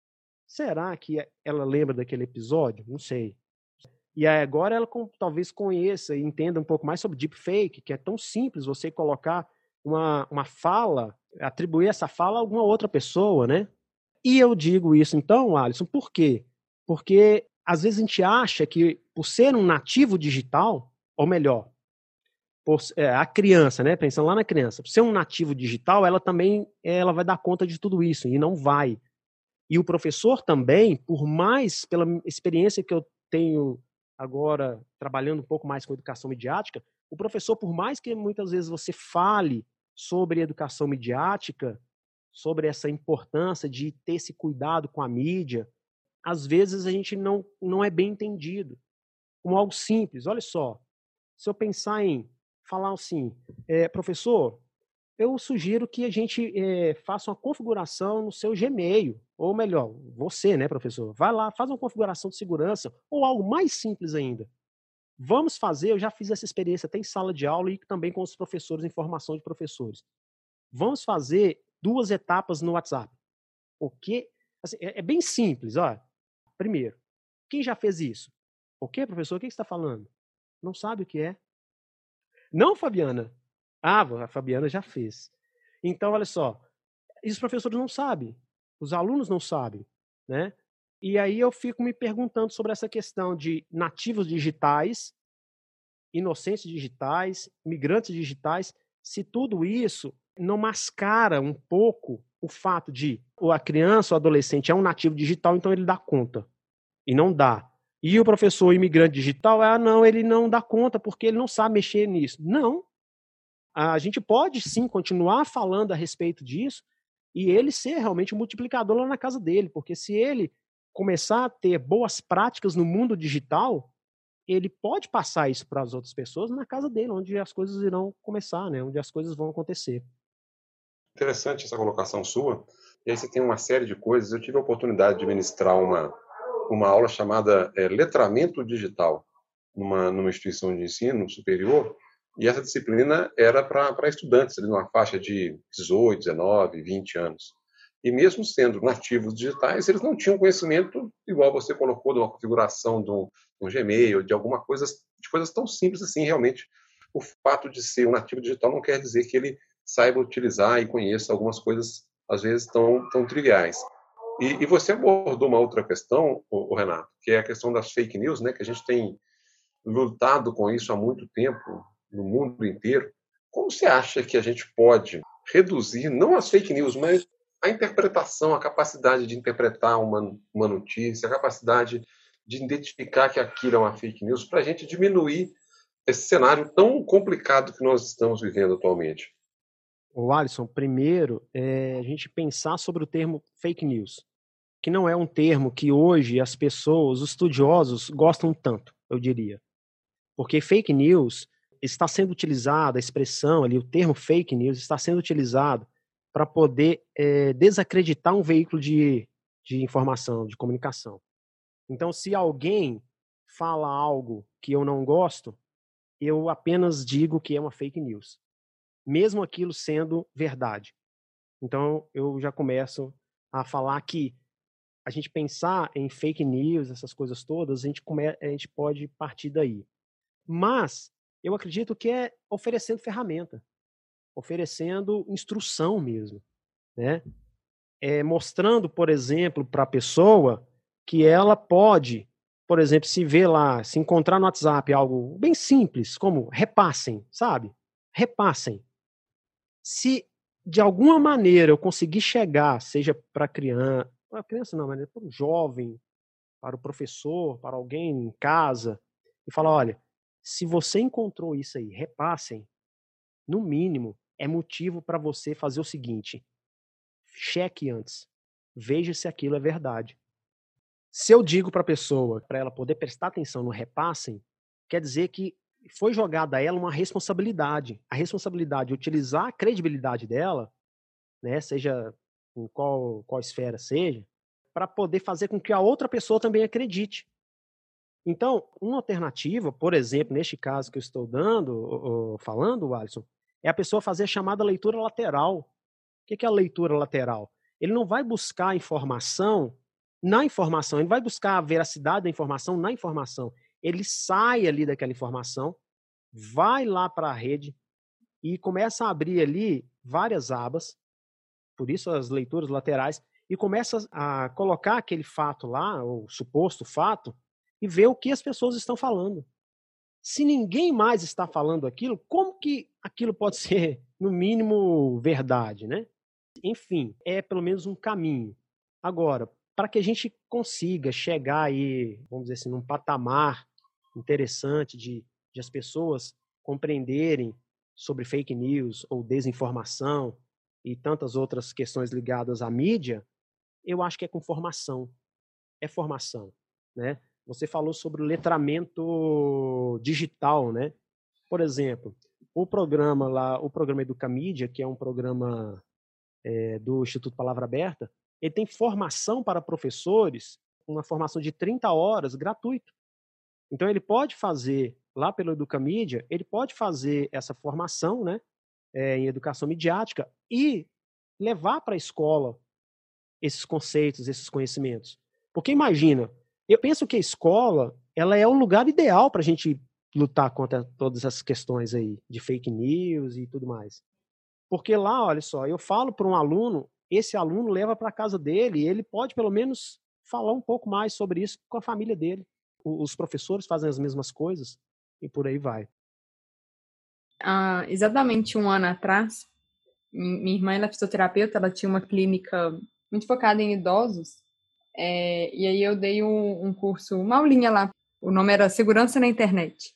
Será que ela lembra daquele episódio? Não sei. E agora ela com, talvez conheça e entenda um pouco mais sobre deepfake, que é tão simples você colocar uma, uma fala, atribuir essa fala a alguma outra pessoa, né? E eu digo isso então, Alisson, por quê? Porque às vezes a gente acha que por ser um nativo digital, ou melhor, por, é, a criança, né, pensando lá na criança, por ser um nativo digital, ela também ela vai dar conta de tudo isso, e não vai. E o professor também, por mais pela experiência que eu tenho agora trabalhando um pouco mais com educação midiática, o professor, por mais que muitas vezes você fale sobre educação midiática, sobre essa importância de ter esse cuidado com a mídia, às vezes a gente não, não é bem entendido. Como algo simples, olha só, se eu pensar em falar assim, é, professor, eu sugiro que a gente é, faça uma configuração no seu Gmail, ou melhor, você, né, professor, vai lá, faz uma configuração de segurança, ou algo mais simples ainda. Vamos fazer, eu já fiz essa experiência, tem sala de aula e também com os professores, em formação de professores. Vamos fazer duas etapas no WhatsApp. O que? Assim, é, é bem simples, ó. Primeiro, quem já fez isso? O que, professor? O que você está falando? Não sabe o que é? Não, Fabiana? Ah, a Fabiana já fez. Então, olha só, e os professores não sabem, os alunos não sabem, né? E aí eu fico me perguntando sobre essa questão de nativos digitais, inocentes digitais, migrantes digitais, se tudo isso não mascara um pouco o fato de a criança ou adolescente é um nativo digital, então ele dá conta. E não dá. E o professor imigrante digital, ah, não, ele não dá conta porque ele não sabe mexer nisso. Não. A gente pode sim continuar falando a respeito disso e ele ser realmente um multiplicador lá na casa dele, porque se ele começar a ter boas práticas no mundo digital, ele pode passar isso para as outras pessoas na casa dele, onde as coisas irão começar, né? Onde as coisas vão acontecer. Interessante essa colocação sua. E aí você tem uma série de coisas. Eu tive a oportunidade de ministrar uma, uma aula chamada é, Letramento Digital, numa, numa instituição de ensino superior, e essa disciplina era para estudantes, ali numa faixa de dezoito, dezenove, vinte anos. E mesmo sendo nativos digitais, eles não tinham conhecimento, igual você colocou, de uma configuração de um, de um Gmail, de alguma coisa, de coisas tão simples assim, realmente. O fato de ser um nativo digital não quer dizer que ele saiba utilizar e conheça algumas coisas, às vezes, tão, tão triviais. E, e você abordou uma outra questão, o, o Renato, que é a questão das fake news, né, que a gente tem lutado com isso há muito tempo, no mundo inteiro. Como você acha que a gente pode reduzir, não as fake news, mas a interpretação, a capacidade de interpretar uma, uma notícia, a capacidade de identificar que aquilo é uma fake news, para a gente diminuir esse cenário tão complicado que nós estamos vivendo atualmente? O Alisson, primeiro, é a gente pensar sobre o termo fake news, que não é um termo que hoje as pessoas, os estudiosos, gostam tanto, eu diria. Porque fake news está sendo utilizado, a expressão ali, o termo fake news está sendo utilizado para poder é, desacreditar um veículo de, de informação, de comunicação. Então, se alguém fala algo que eu não gosto, eu apenas digo que é uma fake news, mesmo aquilo sendo verdade. Então, eu já começo a falar que a gente pensar em fake news, essas coisas todas, a gente, come, a gente pode partir daí. Mas eu acredito que é oferecendo ferramenta, oferecendo instrução mesmo, né? É, mostrando, por exemplo, para a pessoa que ela pode, por exemplo, se ver lá, se encontrar no WhatsApp algo bem simples, como repassem, sabe? repassem. Se de alguma maneira eu conseguir chegar, seja para a criança, para a criança não, mas para o jovem, para o professor, para alguém em casa, e falar, olha, se você encontrou isso aí, repassem, no mínimo, é motivo para você fazer o seguinte, cheque antes, veja se aquilo é verdade. Se eu digo para a pessoa, para ela poder prestar atenção no repassem, quer dizer que foi jogada a ela uma responsabilidade. A responsabilidade de utilizar a credibilidade dela, né, seja em qual, qual esfera seja, para poder fazer com que a outra pessoa também acredite. Então, uma alternativa, por exemplo, neste caso que eu estou dando, ou, ou, falando, Alisson, é a pessoa fazer a chamada leitura lateral. O que é a leitura lateral? Ele não vai buscar informação na informação, ele vai buscar a veracidade da informação na informação. Ele sai ali daquela informação, vai lá para a rede e começa a abrir ali várias abas, por isso as leituras laterais, e começa a colocar aquele fato lá, o suposto fato, e ver o que as pessoas estão falando. Se ninguém mais está falando aquilo, como que aquilo pode ser, no mínimo, verdade, né? Enfim, é pelo menos um caminho. Agora, para que a gente consiga chegar aí, vamos dizer assim, num patamar interessante de, de as pessoas compreenderem sobre fake news ou desinformação e tantas outras questões ligadas à mídia, eu acho que é com formação. É formação, né? Você falou sobre o letramento digital, né? Por exemplo, o programa lá, o programa Educamídia, que é um programa é, do Instituto Palavra Aberta, ele tem formação para professores, uma formação de trinta horas, gratuito. Então, ele pode fazer, lá pelo Educamídia, ele pode fazer essa formação, né, é, em educação midiática e levar para a escola esses conceitos, esses conhecimentos. Porque imagina, eu penso que a escola ela é o lugar ideal para a gente lutar contra todas essas questões aí de fake news e tudo mais. Porque lá, olha só, eu falo para um aluno, esse aluno leva para a casa dele e ele pode pelo menos falar um pouco mais sobre isso com a família dele. Os professores fazem as mesmas coisas e por aí vai. Ah, exatamente um ano atrás, minha irmã ela é fisioterapeuta, ela tinha uma clínica muito focada em idosos, é, e aí eu dei um, um curso, uma aulinha lá, o nome era Segurança na Internet.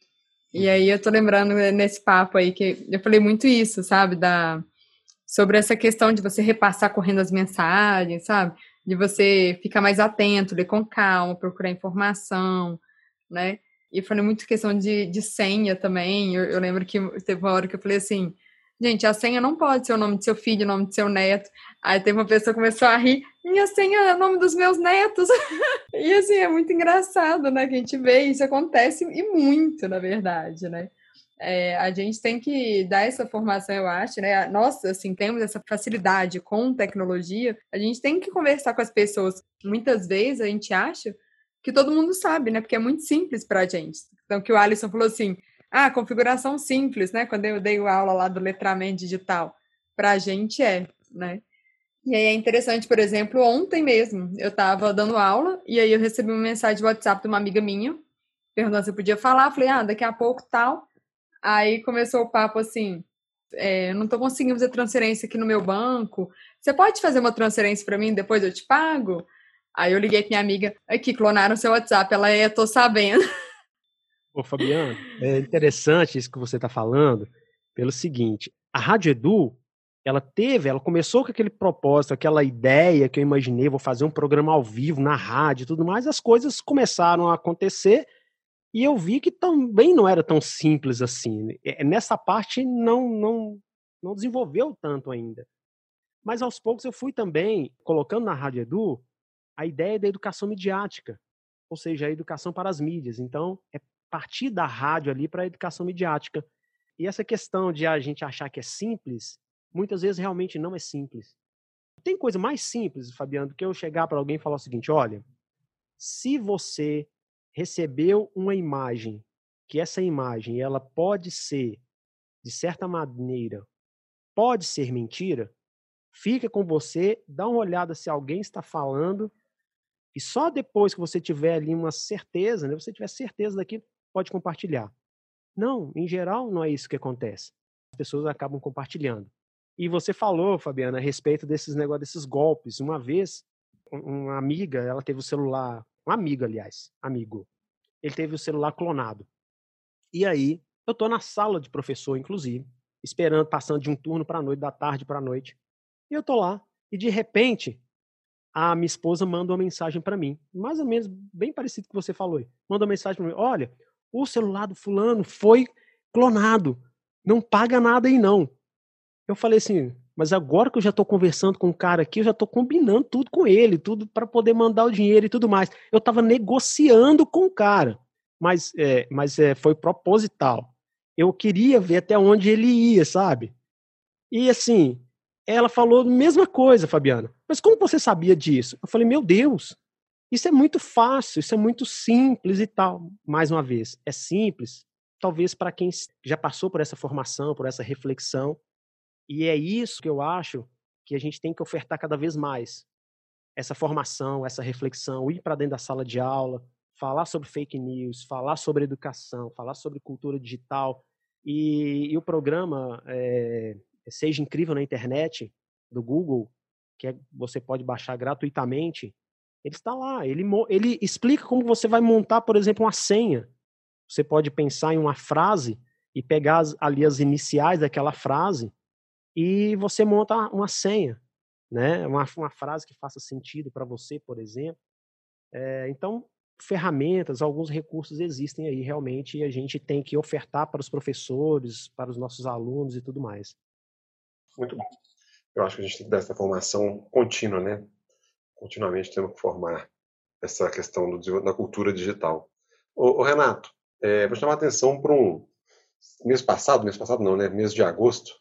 E aí eu tô lembrando nesse papo aí que eu falei muito isso, sabe, da, sobre essa questão de você repassar correndo as mensagens, sabe, de você ficar mais atento, ler com calma, procurar informação, né, e falei muito questão de, de senha também, eu, eu lembro que teve uma hora que eu falei assim, gente, a senha não pode ser o nome do seu filho, o nome do seu neto. Aí teve uma pessoa que começou a rir, minha senha é o nome dos meus netos. E assim, é muito engraçado, né, que a gente vê, isso acontece e muito, na verdade, né. É, a gente tem que dar essa formação, eu acho, né, nós, assim, temos essa facilidade com tecnologia, a gente tem que conversar com as pessoas. Muitas vezes a gente acha que todo mundo sabe, né, porque é muito simples pra gente. Então, que o Alisson falou assim, ah, configuração simples, né? Quando eu dei a aula lá do letramento digital, para a gente é, né? E aí é interessante, por exemplo, ontem mesmo eu estava dando aula e aí eu recebi uma mensagem de WhatsApp de uma amiga minha, perguntando se eu podia falar. Falei, ah, daqui a pouco tal. Aí começou o papo assim, é, eu não estou conseguindo fazer transferência aqui no meu banco. Você pode fazer uma transferência para mim, depois eu te pago? Aí eu liguei para minha amiga, aqui, clonaram seu WhatsApp. Ela é, tô sabendo. Ô, Fabiano, é interessante isso que você está falando, pelo seguinte, a Rádio Edu, ela teve, ela começou com aquele propósito, aquela ideia que eu imaginei, vou fazer um programa ao vivo na rádio e tudo mais, as coisas começaram a acontecer e eu vi que também não era tão simples assim. Nessa parte não, não, não desenvolveu tanto ainda. Mas aos poucos eu fui também colocando na Rádio Edu a ideia da educação midiática, ou seja, a educação para as mídias. Então, é partir da rádio ali para a educação midiática. E essa questão de a gente achar que é simples, muitas vezes realmente não é simples. Tem coisa mais simples, Fabiano, do que eu chegar para alguém e falar o seguinte, olha, se você recebeu uma imagem, que essa imagem ela pode ser, de certa maneira, pode ser mentira, fica com você, dá uma olhada se alguém está falando, e só depois que você tiver ali uma certeza, né, você tiver certeza daquilo, pode compartilhar. Não, em geral não é isso que acontece. as pessoas acabam compartilhando. E você falou, Fabiana, a respeito desses negócios, desses golpes. Uma vez, uma amiga, ela teve o celular, um amigo, aliás, amigo, ele teve o celular clonado. E aí, eu tô na sala de professor, inclusive, esperando, passando de um turno para a noite, da tarde para a noite. E eu tô lá, e de repente, a minha esposa manda uma mensagem para mim, mais ou menos bem parecido com o que você falou aí. Manda uma mensagem para mim: olha, o celular do fulano foi clonado, não paga nada aí não. Eu falei assim, mas agora que eu já estou conversando com o cara aqui, eu já estou combinando tudo com ele, tudo para poder mandar o dinheiro e tudo mais. Eu estava negociando com o cara, mas, é, mas é, foi proposital. Eu queria ver até onde ele ia, sabe? E assim, ela falou a mesma coisa, Fabiana. Mas como você sabia disso? Eu falei, meu Deus, isso é muito fácil, isso é muito simples e tal. Mais uma vez, é simples, talvez para quem já passou por essa formação, por essa reflexão. E é isso que eu acho que a gente tem que ofertar cada vez mais. Essa formação, essa reflexão, ir para dentro da sala de aula, falar sobre fake news, falar sobre educação, falar sobre cultura digital. E, e o programa é, Seja Incrível na Internet, do Google, que é, você pode baixar gratuitamente, ele está lá. Ele, ele explica como você vai montar, por exemplo, uma senha. Você pode pensar em uma frase e pegar as, ali as iniciais daquela frase e você monta uma senha, né? Uma, uma frase que faça sentido para você, por exemplo. É, então, ferramentas, alguns recursos existem aí realmente e a gente tem que ofertar para os professores, para os nossos alunos e tudo mais. Muito bom. Eu acho que a gente tem que dar essa formação contínua, né? Continuamente temos que formar essa questão do, da cultura digital. Ô, ô Renato, é, vou chamar a atenção para um mês passado, mês passado não, né? Mês de agosto,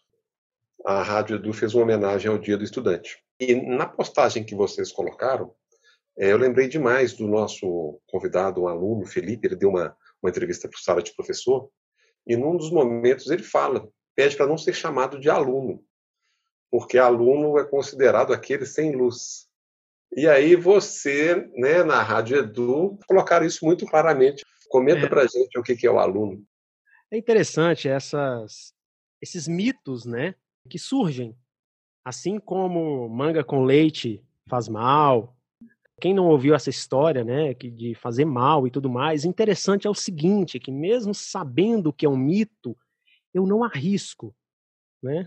a Rádio Edu fez uma homenagem ao Dia do Estudante. E na postagem que vocês colocaram, é, eu lembrei demais do nosso convidado, um aluno, Felipe, ele deu uma, uma entrevista para o Sala de Professor, e num dos momentos ele fala, pede para não ser chamado de aluno, porque aluno é considerado aquele sem luz. E aí você, né, na Rádio Edu, colocaram isso muito claramente. Comenta É, para a gente o que, que é o aluno. é interessante essas, esses mitos, né, que surgem. Assim como manga com leite faz mal, quem não ouviu essa história, né, que de fazer mal e tudo mais, interessante é o seguinte, que mesmo sabendo que é um mito, eu não arrisco, né?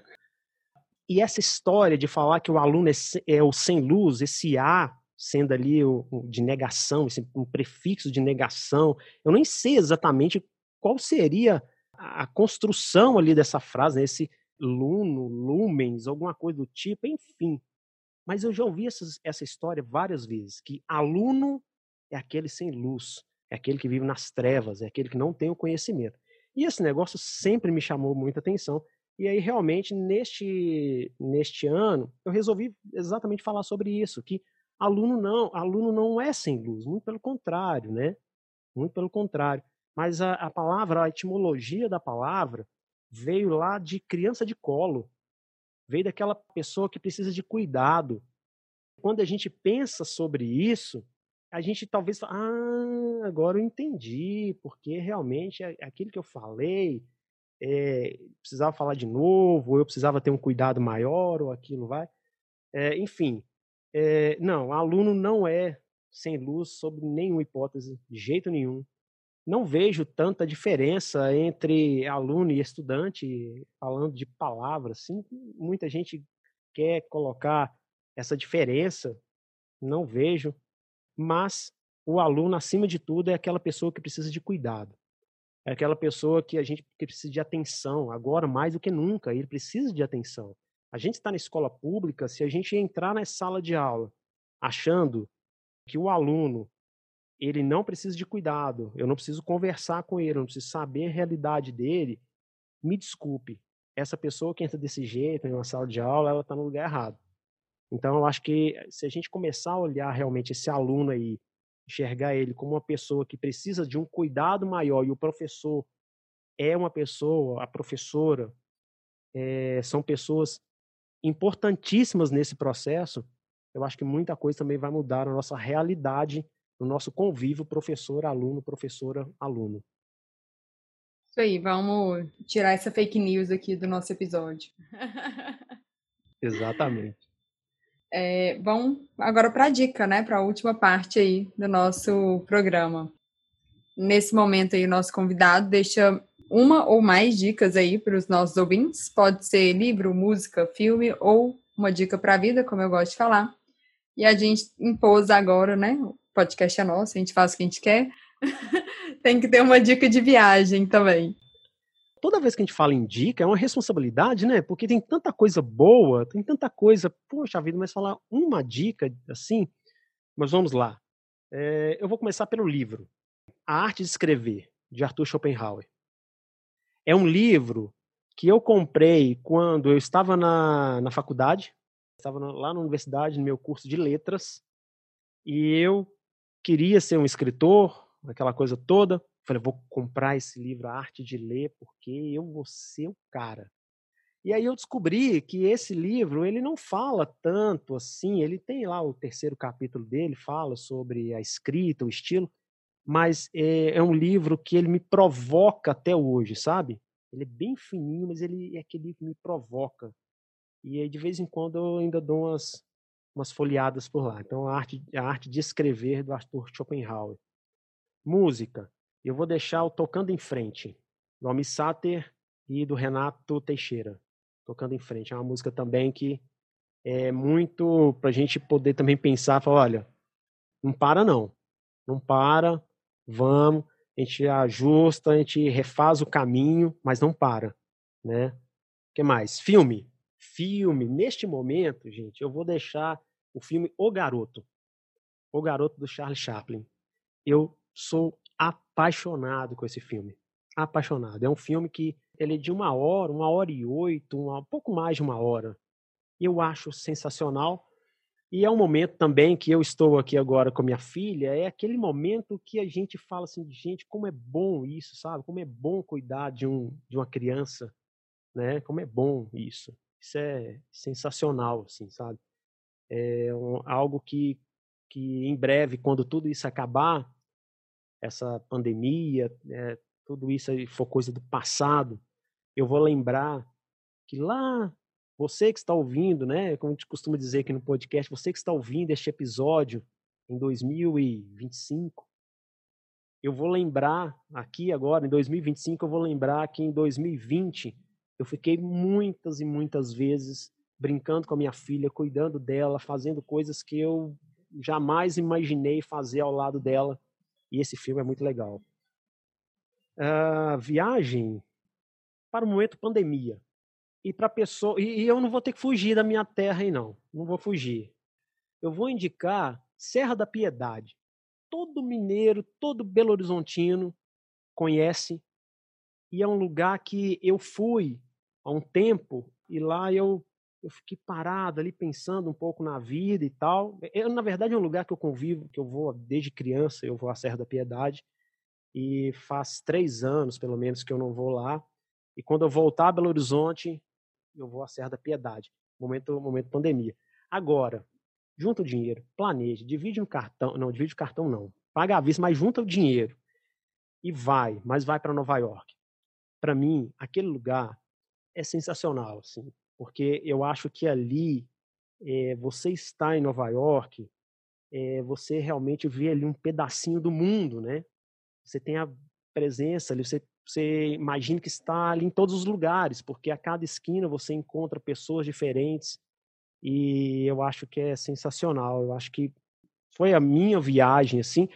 E essa história de falar que o aluno é, é o sem luz, esse A sendo ali o, o de negação, esse um prefixo de negação, eu nem sei exatamente qual seria a, a construção ali dessa frase, né, esse luno, lumens, alguma coisa do tipo, enfim. Mas eu já ouvi essas, essa história várias vezes, que aluno é aquele sem luz, é aquele que vive nas trevas, é aquele que não tem o conhecimento. E esse negócio sempre me chamou muita atenção. E aí, realmente, neste, neste ano, eu resolvi exatamente falar sobre isso, que aluno não, aluno não é sem luz, muito pelo contrário, né? Muito pelo contrário. Mas a, a palavra, a etimologia da palavra, veio lá de criança de colo, veio daquela pessoa que precisa de cuidado. Quando a gente pensa sobre isso, a gente talvez fala, ah, agora eu entendi, porque realmente aquilo que eu falei, é, precisava falar de novo, ou eu precisava ter um cuidado maior, ou aquilo vai. É, enfim, é, não, aluno não é sem luz sob nenhuma hipótese, de jeito nenhum. Não vejo tanta diferença entre aluno e estudante, falando de palavras, assim, muita gente quer colocar essa diferença, não vejo, mas o aluno, acima de tudo, é aquela pessoa que precisa de cuidado, é aquela pessoa que a gente que precisa de atenção, agora mais do que nunca, ele precisa de atenção. A gente está na escola pública, se a gente entrar na sala de aula achando que o aluno ele não precisa de cuidado, eu não preciso conversar com ele, eu não preciso saber a realidade dele, me desculpe, essa pessoa que entra desse jeito em uma sala de aula, ela está no lugar errado. Então, eu acho que se a gente começar a olhar realmente esse aluno aí, enxergar ele como uma pessoa que precisa de um cuidado maior, e o professor é uma pessoa, a professora, é, são pessoas importantíssimas nesse processo, eu acho que muita coisa também vai mudar na nossa realidade, no nosso convívio professor-aluno, professora-aluno. Isso aí, vamos tirar essa fake news aqui do nosso episódio. Exatamente. É, vamos agora para a dica, né? Para a última parte aí do nosso programa. Nesse momento aí, o nosso convidado deixa uma ou mais dicas aí para os nossos ouvintes. Pode ser livro, música, filme ou uma dica para a vida, como eu gosto de falar. E a gente impôs agora, né? O podcast é nosso, a gente faz o que a gente quer. Tem que ter uma dica de viagem também. Toda vez que a gente fala em dica, é uma responsabilidade, né? Porque tem tanta coisa boa, tem tanta coisa, poxa vida, mas falar uma dica assim, mas vamos lá. É, eu vou começar pelo livro, A Arte de Escrever, de Arthur Schopenhauer. É um livro que eu comprei quando eu estava na, na faculdade, estava na, lá na universidade, no meu curso de letras, e eu queria ser um escritor, aquela coisa toda. Falei, vou comprar esse livro, A Arte de Ler, porque eu vou ser o cara. E aí eu descobri que esse livro, ele não fala tanto assim, ele tem lá o terceiro capítulo dele, fala sobre a escrita, o estilo, mas é, é um livro que ele me provoca até hoje, sabe? Ele é bem fininho, mas ele é aquele livro que me provoca. E aí, de vez em quando, eu ainda dou umas, umas folheadas por lá. Então, a arte, a arte de escrever, do Arthur Schopenhauer. Música. Eu vou deixar o Tocando em Frente, do Almir Sater e do Renato Teixeira. Tocando em Frente. É uma música também que é muito para a gente poder também pensar, falar, olha, não para não. Não para, vamos, a gente ajusta, a gente refaz o caminho, mas não para, né? O que mais? Filme. Filme. Neste momento, gente, eu vou deixar o filme O Garoto. O Garoto, do Charlie Chaplin. Eu sou apaixonado com esse filme. Apaixonado. É um filme que ele é de uma hora, uma hora e oito, uma, um pouco mais de uma hora. Eu acho sensacional. E é um momento também que eu estou aqui agora com minha filha, é aquele momento que a gente fala assim, gente, como é bom isso, sabe? Como é bom cuidar de, um, de uma criança, né? Como é bom isso. Isso é sensacional, assim, sabe? É um, algo que, que em breve, quando tudo isso acabar, essa pandemia, é, tudo isso aí for coisa do passado, eu vou lembrar que lá, você que está ouvindo, né, como a gente costuma dizer aqui no podcast, você que está ouvindo este episódio em dois mil e vinte e cinco, eu vou lembrar aqui agora, em dois mil e vinte e cinco, eu vou lembrar que em dois mil e vinte eu fiquei muitas e muitas vezes brincando com a minha filha, cuidando dela, fazendo coisas que eu jamais imaginei fazer ao lado dela. E esse filme é muito legal. Uh, viagem para o momento pandemia. E para pessoa, e, e eu não vou ter que fugir da minha terra aí não, não vou fugir. Eu vou indicar Serra da Piedade. Todo mineiro, todo belo-horizontino conhece, e é um lugar que eu fui há um tempo e lá eu eu fiquei parado ali pensando um pouco na vida e tal. Eu, na verdade, é um lugar que eu convivo, que eu vou desde criança, eu vou à Serra da Piedade, e faz três anos, pelo menos, que eu não vou lá. E quando eu voltar a Belo Horizonte, eu vou à Serra da Piedade. Momento, momento pandemia. Agora, junta o dinheiro, planeje, divide um cartão, não, divide o cartão não, paga à vista, mas junta o dinheiro e vai, mas vai para Nova York. Para mim, aquele lugar é sensacional, assim, porque eu acho que ali, é, você está em Nova York, é, você realmente vê ali um pedacinho do mundo, né? Você tem a presença ali, você, você imagina que está ali em todos os lugares, porque a cada esquina você encontra pessoas diferentes, e eu acho que é sensacional. Eu acho que foi a minha viagem, assim,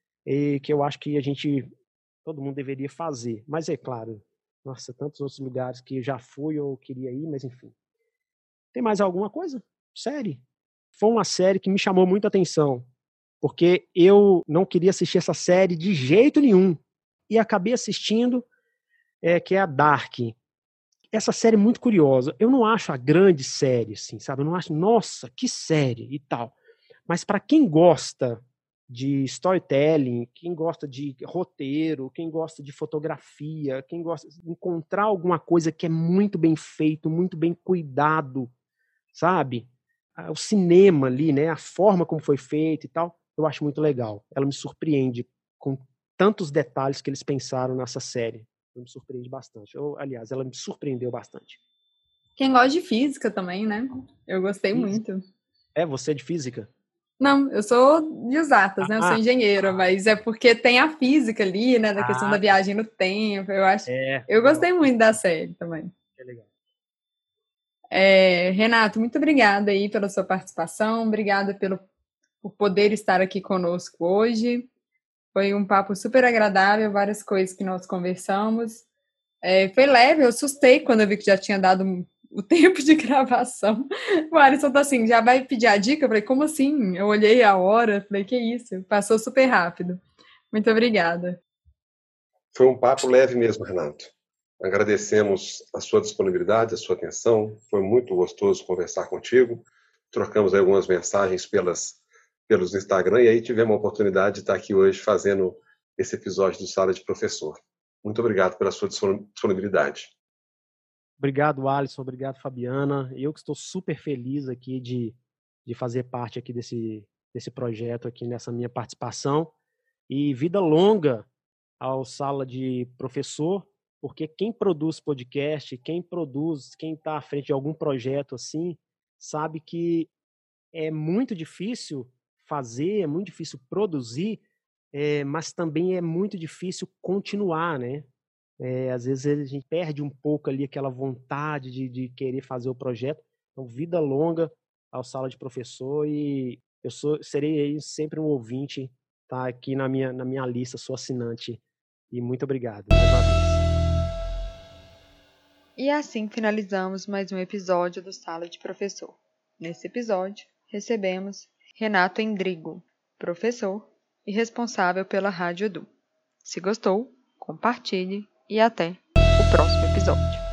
e que eu acho que a gente, todo mundo deveria fazer. Mas é claro, nossa, tantos outros lugares que eu já fui ou queria ir, mas enfim. Tem mais alguma coisa? Série? Foi uma série que me chamou muita atenção, porque eu não queria assistir essa série de jeito nenhum. E acabei assistindo, é, que é a Dark. Essa série é muito curiosa. Eu não acho a grande série, assim, sabe? Eu não acho, nossa, que série e tal. Mas para quem gosta de storytelling, quem gosta de roteiro, quem gosta de fotografia, quem gosta de encontrar alguma coisa que é muito bem feito, muito bem cuidado, sabe? O cinema ali, né? A forma como foi feito e tal, eu acho muito legal. Ela me surpreende com tantos detalhes que eles pensaram nessa série. eu me surpreendi bastante. Eu, aliás, ela me surpreendeu bastante. Quem gosta de física também, né? Eu gostei Física. muito. É, você é de física? Não, eu sou de exatas, né? Eu sou Ah, engenheira, ah, mas é porque tem a física ali, né? Da questão da ah, viagem no tempo. Eu acho. é. Eu Não, gostei muito da série também. é legal. É, Renato, muito obrigada aí pela sua participação. Obrigada pelo, por poder estar aqui conosco hoje. Foi um papo super agradável, várias coisas que nós conversamos. É, foi leve, eu assustei quando eu vi que já tinha dado o tempo de gravação. O Alisson tá assim, já vai pedir a dica? Eu falei, como assim? Eu olhei a hora, falei, que isso? Passou super rápido. Muito obrigada. Foi um papo leve mesmo, Renato. Agradecemos a sua disponibilidade, a sua atenção. Foi muito gostoso conversar contigo. Trocamos aí algumas mensagens pelas, pelos Instagram e aí tivemos a oportunidade de estar aqui hoje fazendo esse episódio do Sala de Professor. Muito obrigado pela sua disponibilidade. Obrigado, Alisson. Obrigado, Fabiana. Eu que estou super feliz aqui de, de fazer parte aqui desse, desse projeto aqui nessa minha participação. E vida longa ao Sala de Professor, porque quem produz podcast, quem produz, quem está à frente de algum projeto assim, sabe que é muito difícil fazer, é muito difícil produzir, é, mas também é muito difícil continuar, né? É, às vezes a gente perde um pouco ali aquela vontade de, de querer fazer o projeto. Então, vida longa ao Sala de Professor e eu sou, serei aí sempre um ouvinte, tá aqui na minha, na minha lista, sou assinante. E muito obrigado mais uma vez. E assim finalizamos mais um episódio do Sala de Professor. Nesse episódio, recebemos Renato Endrigo, professor e responsável pela Rádio Edu. Se gostou, compartilhe e até o próximo episódio.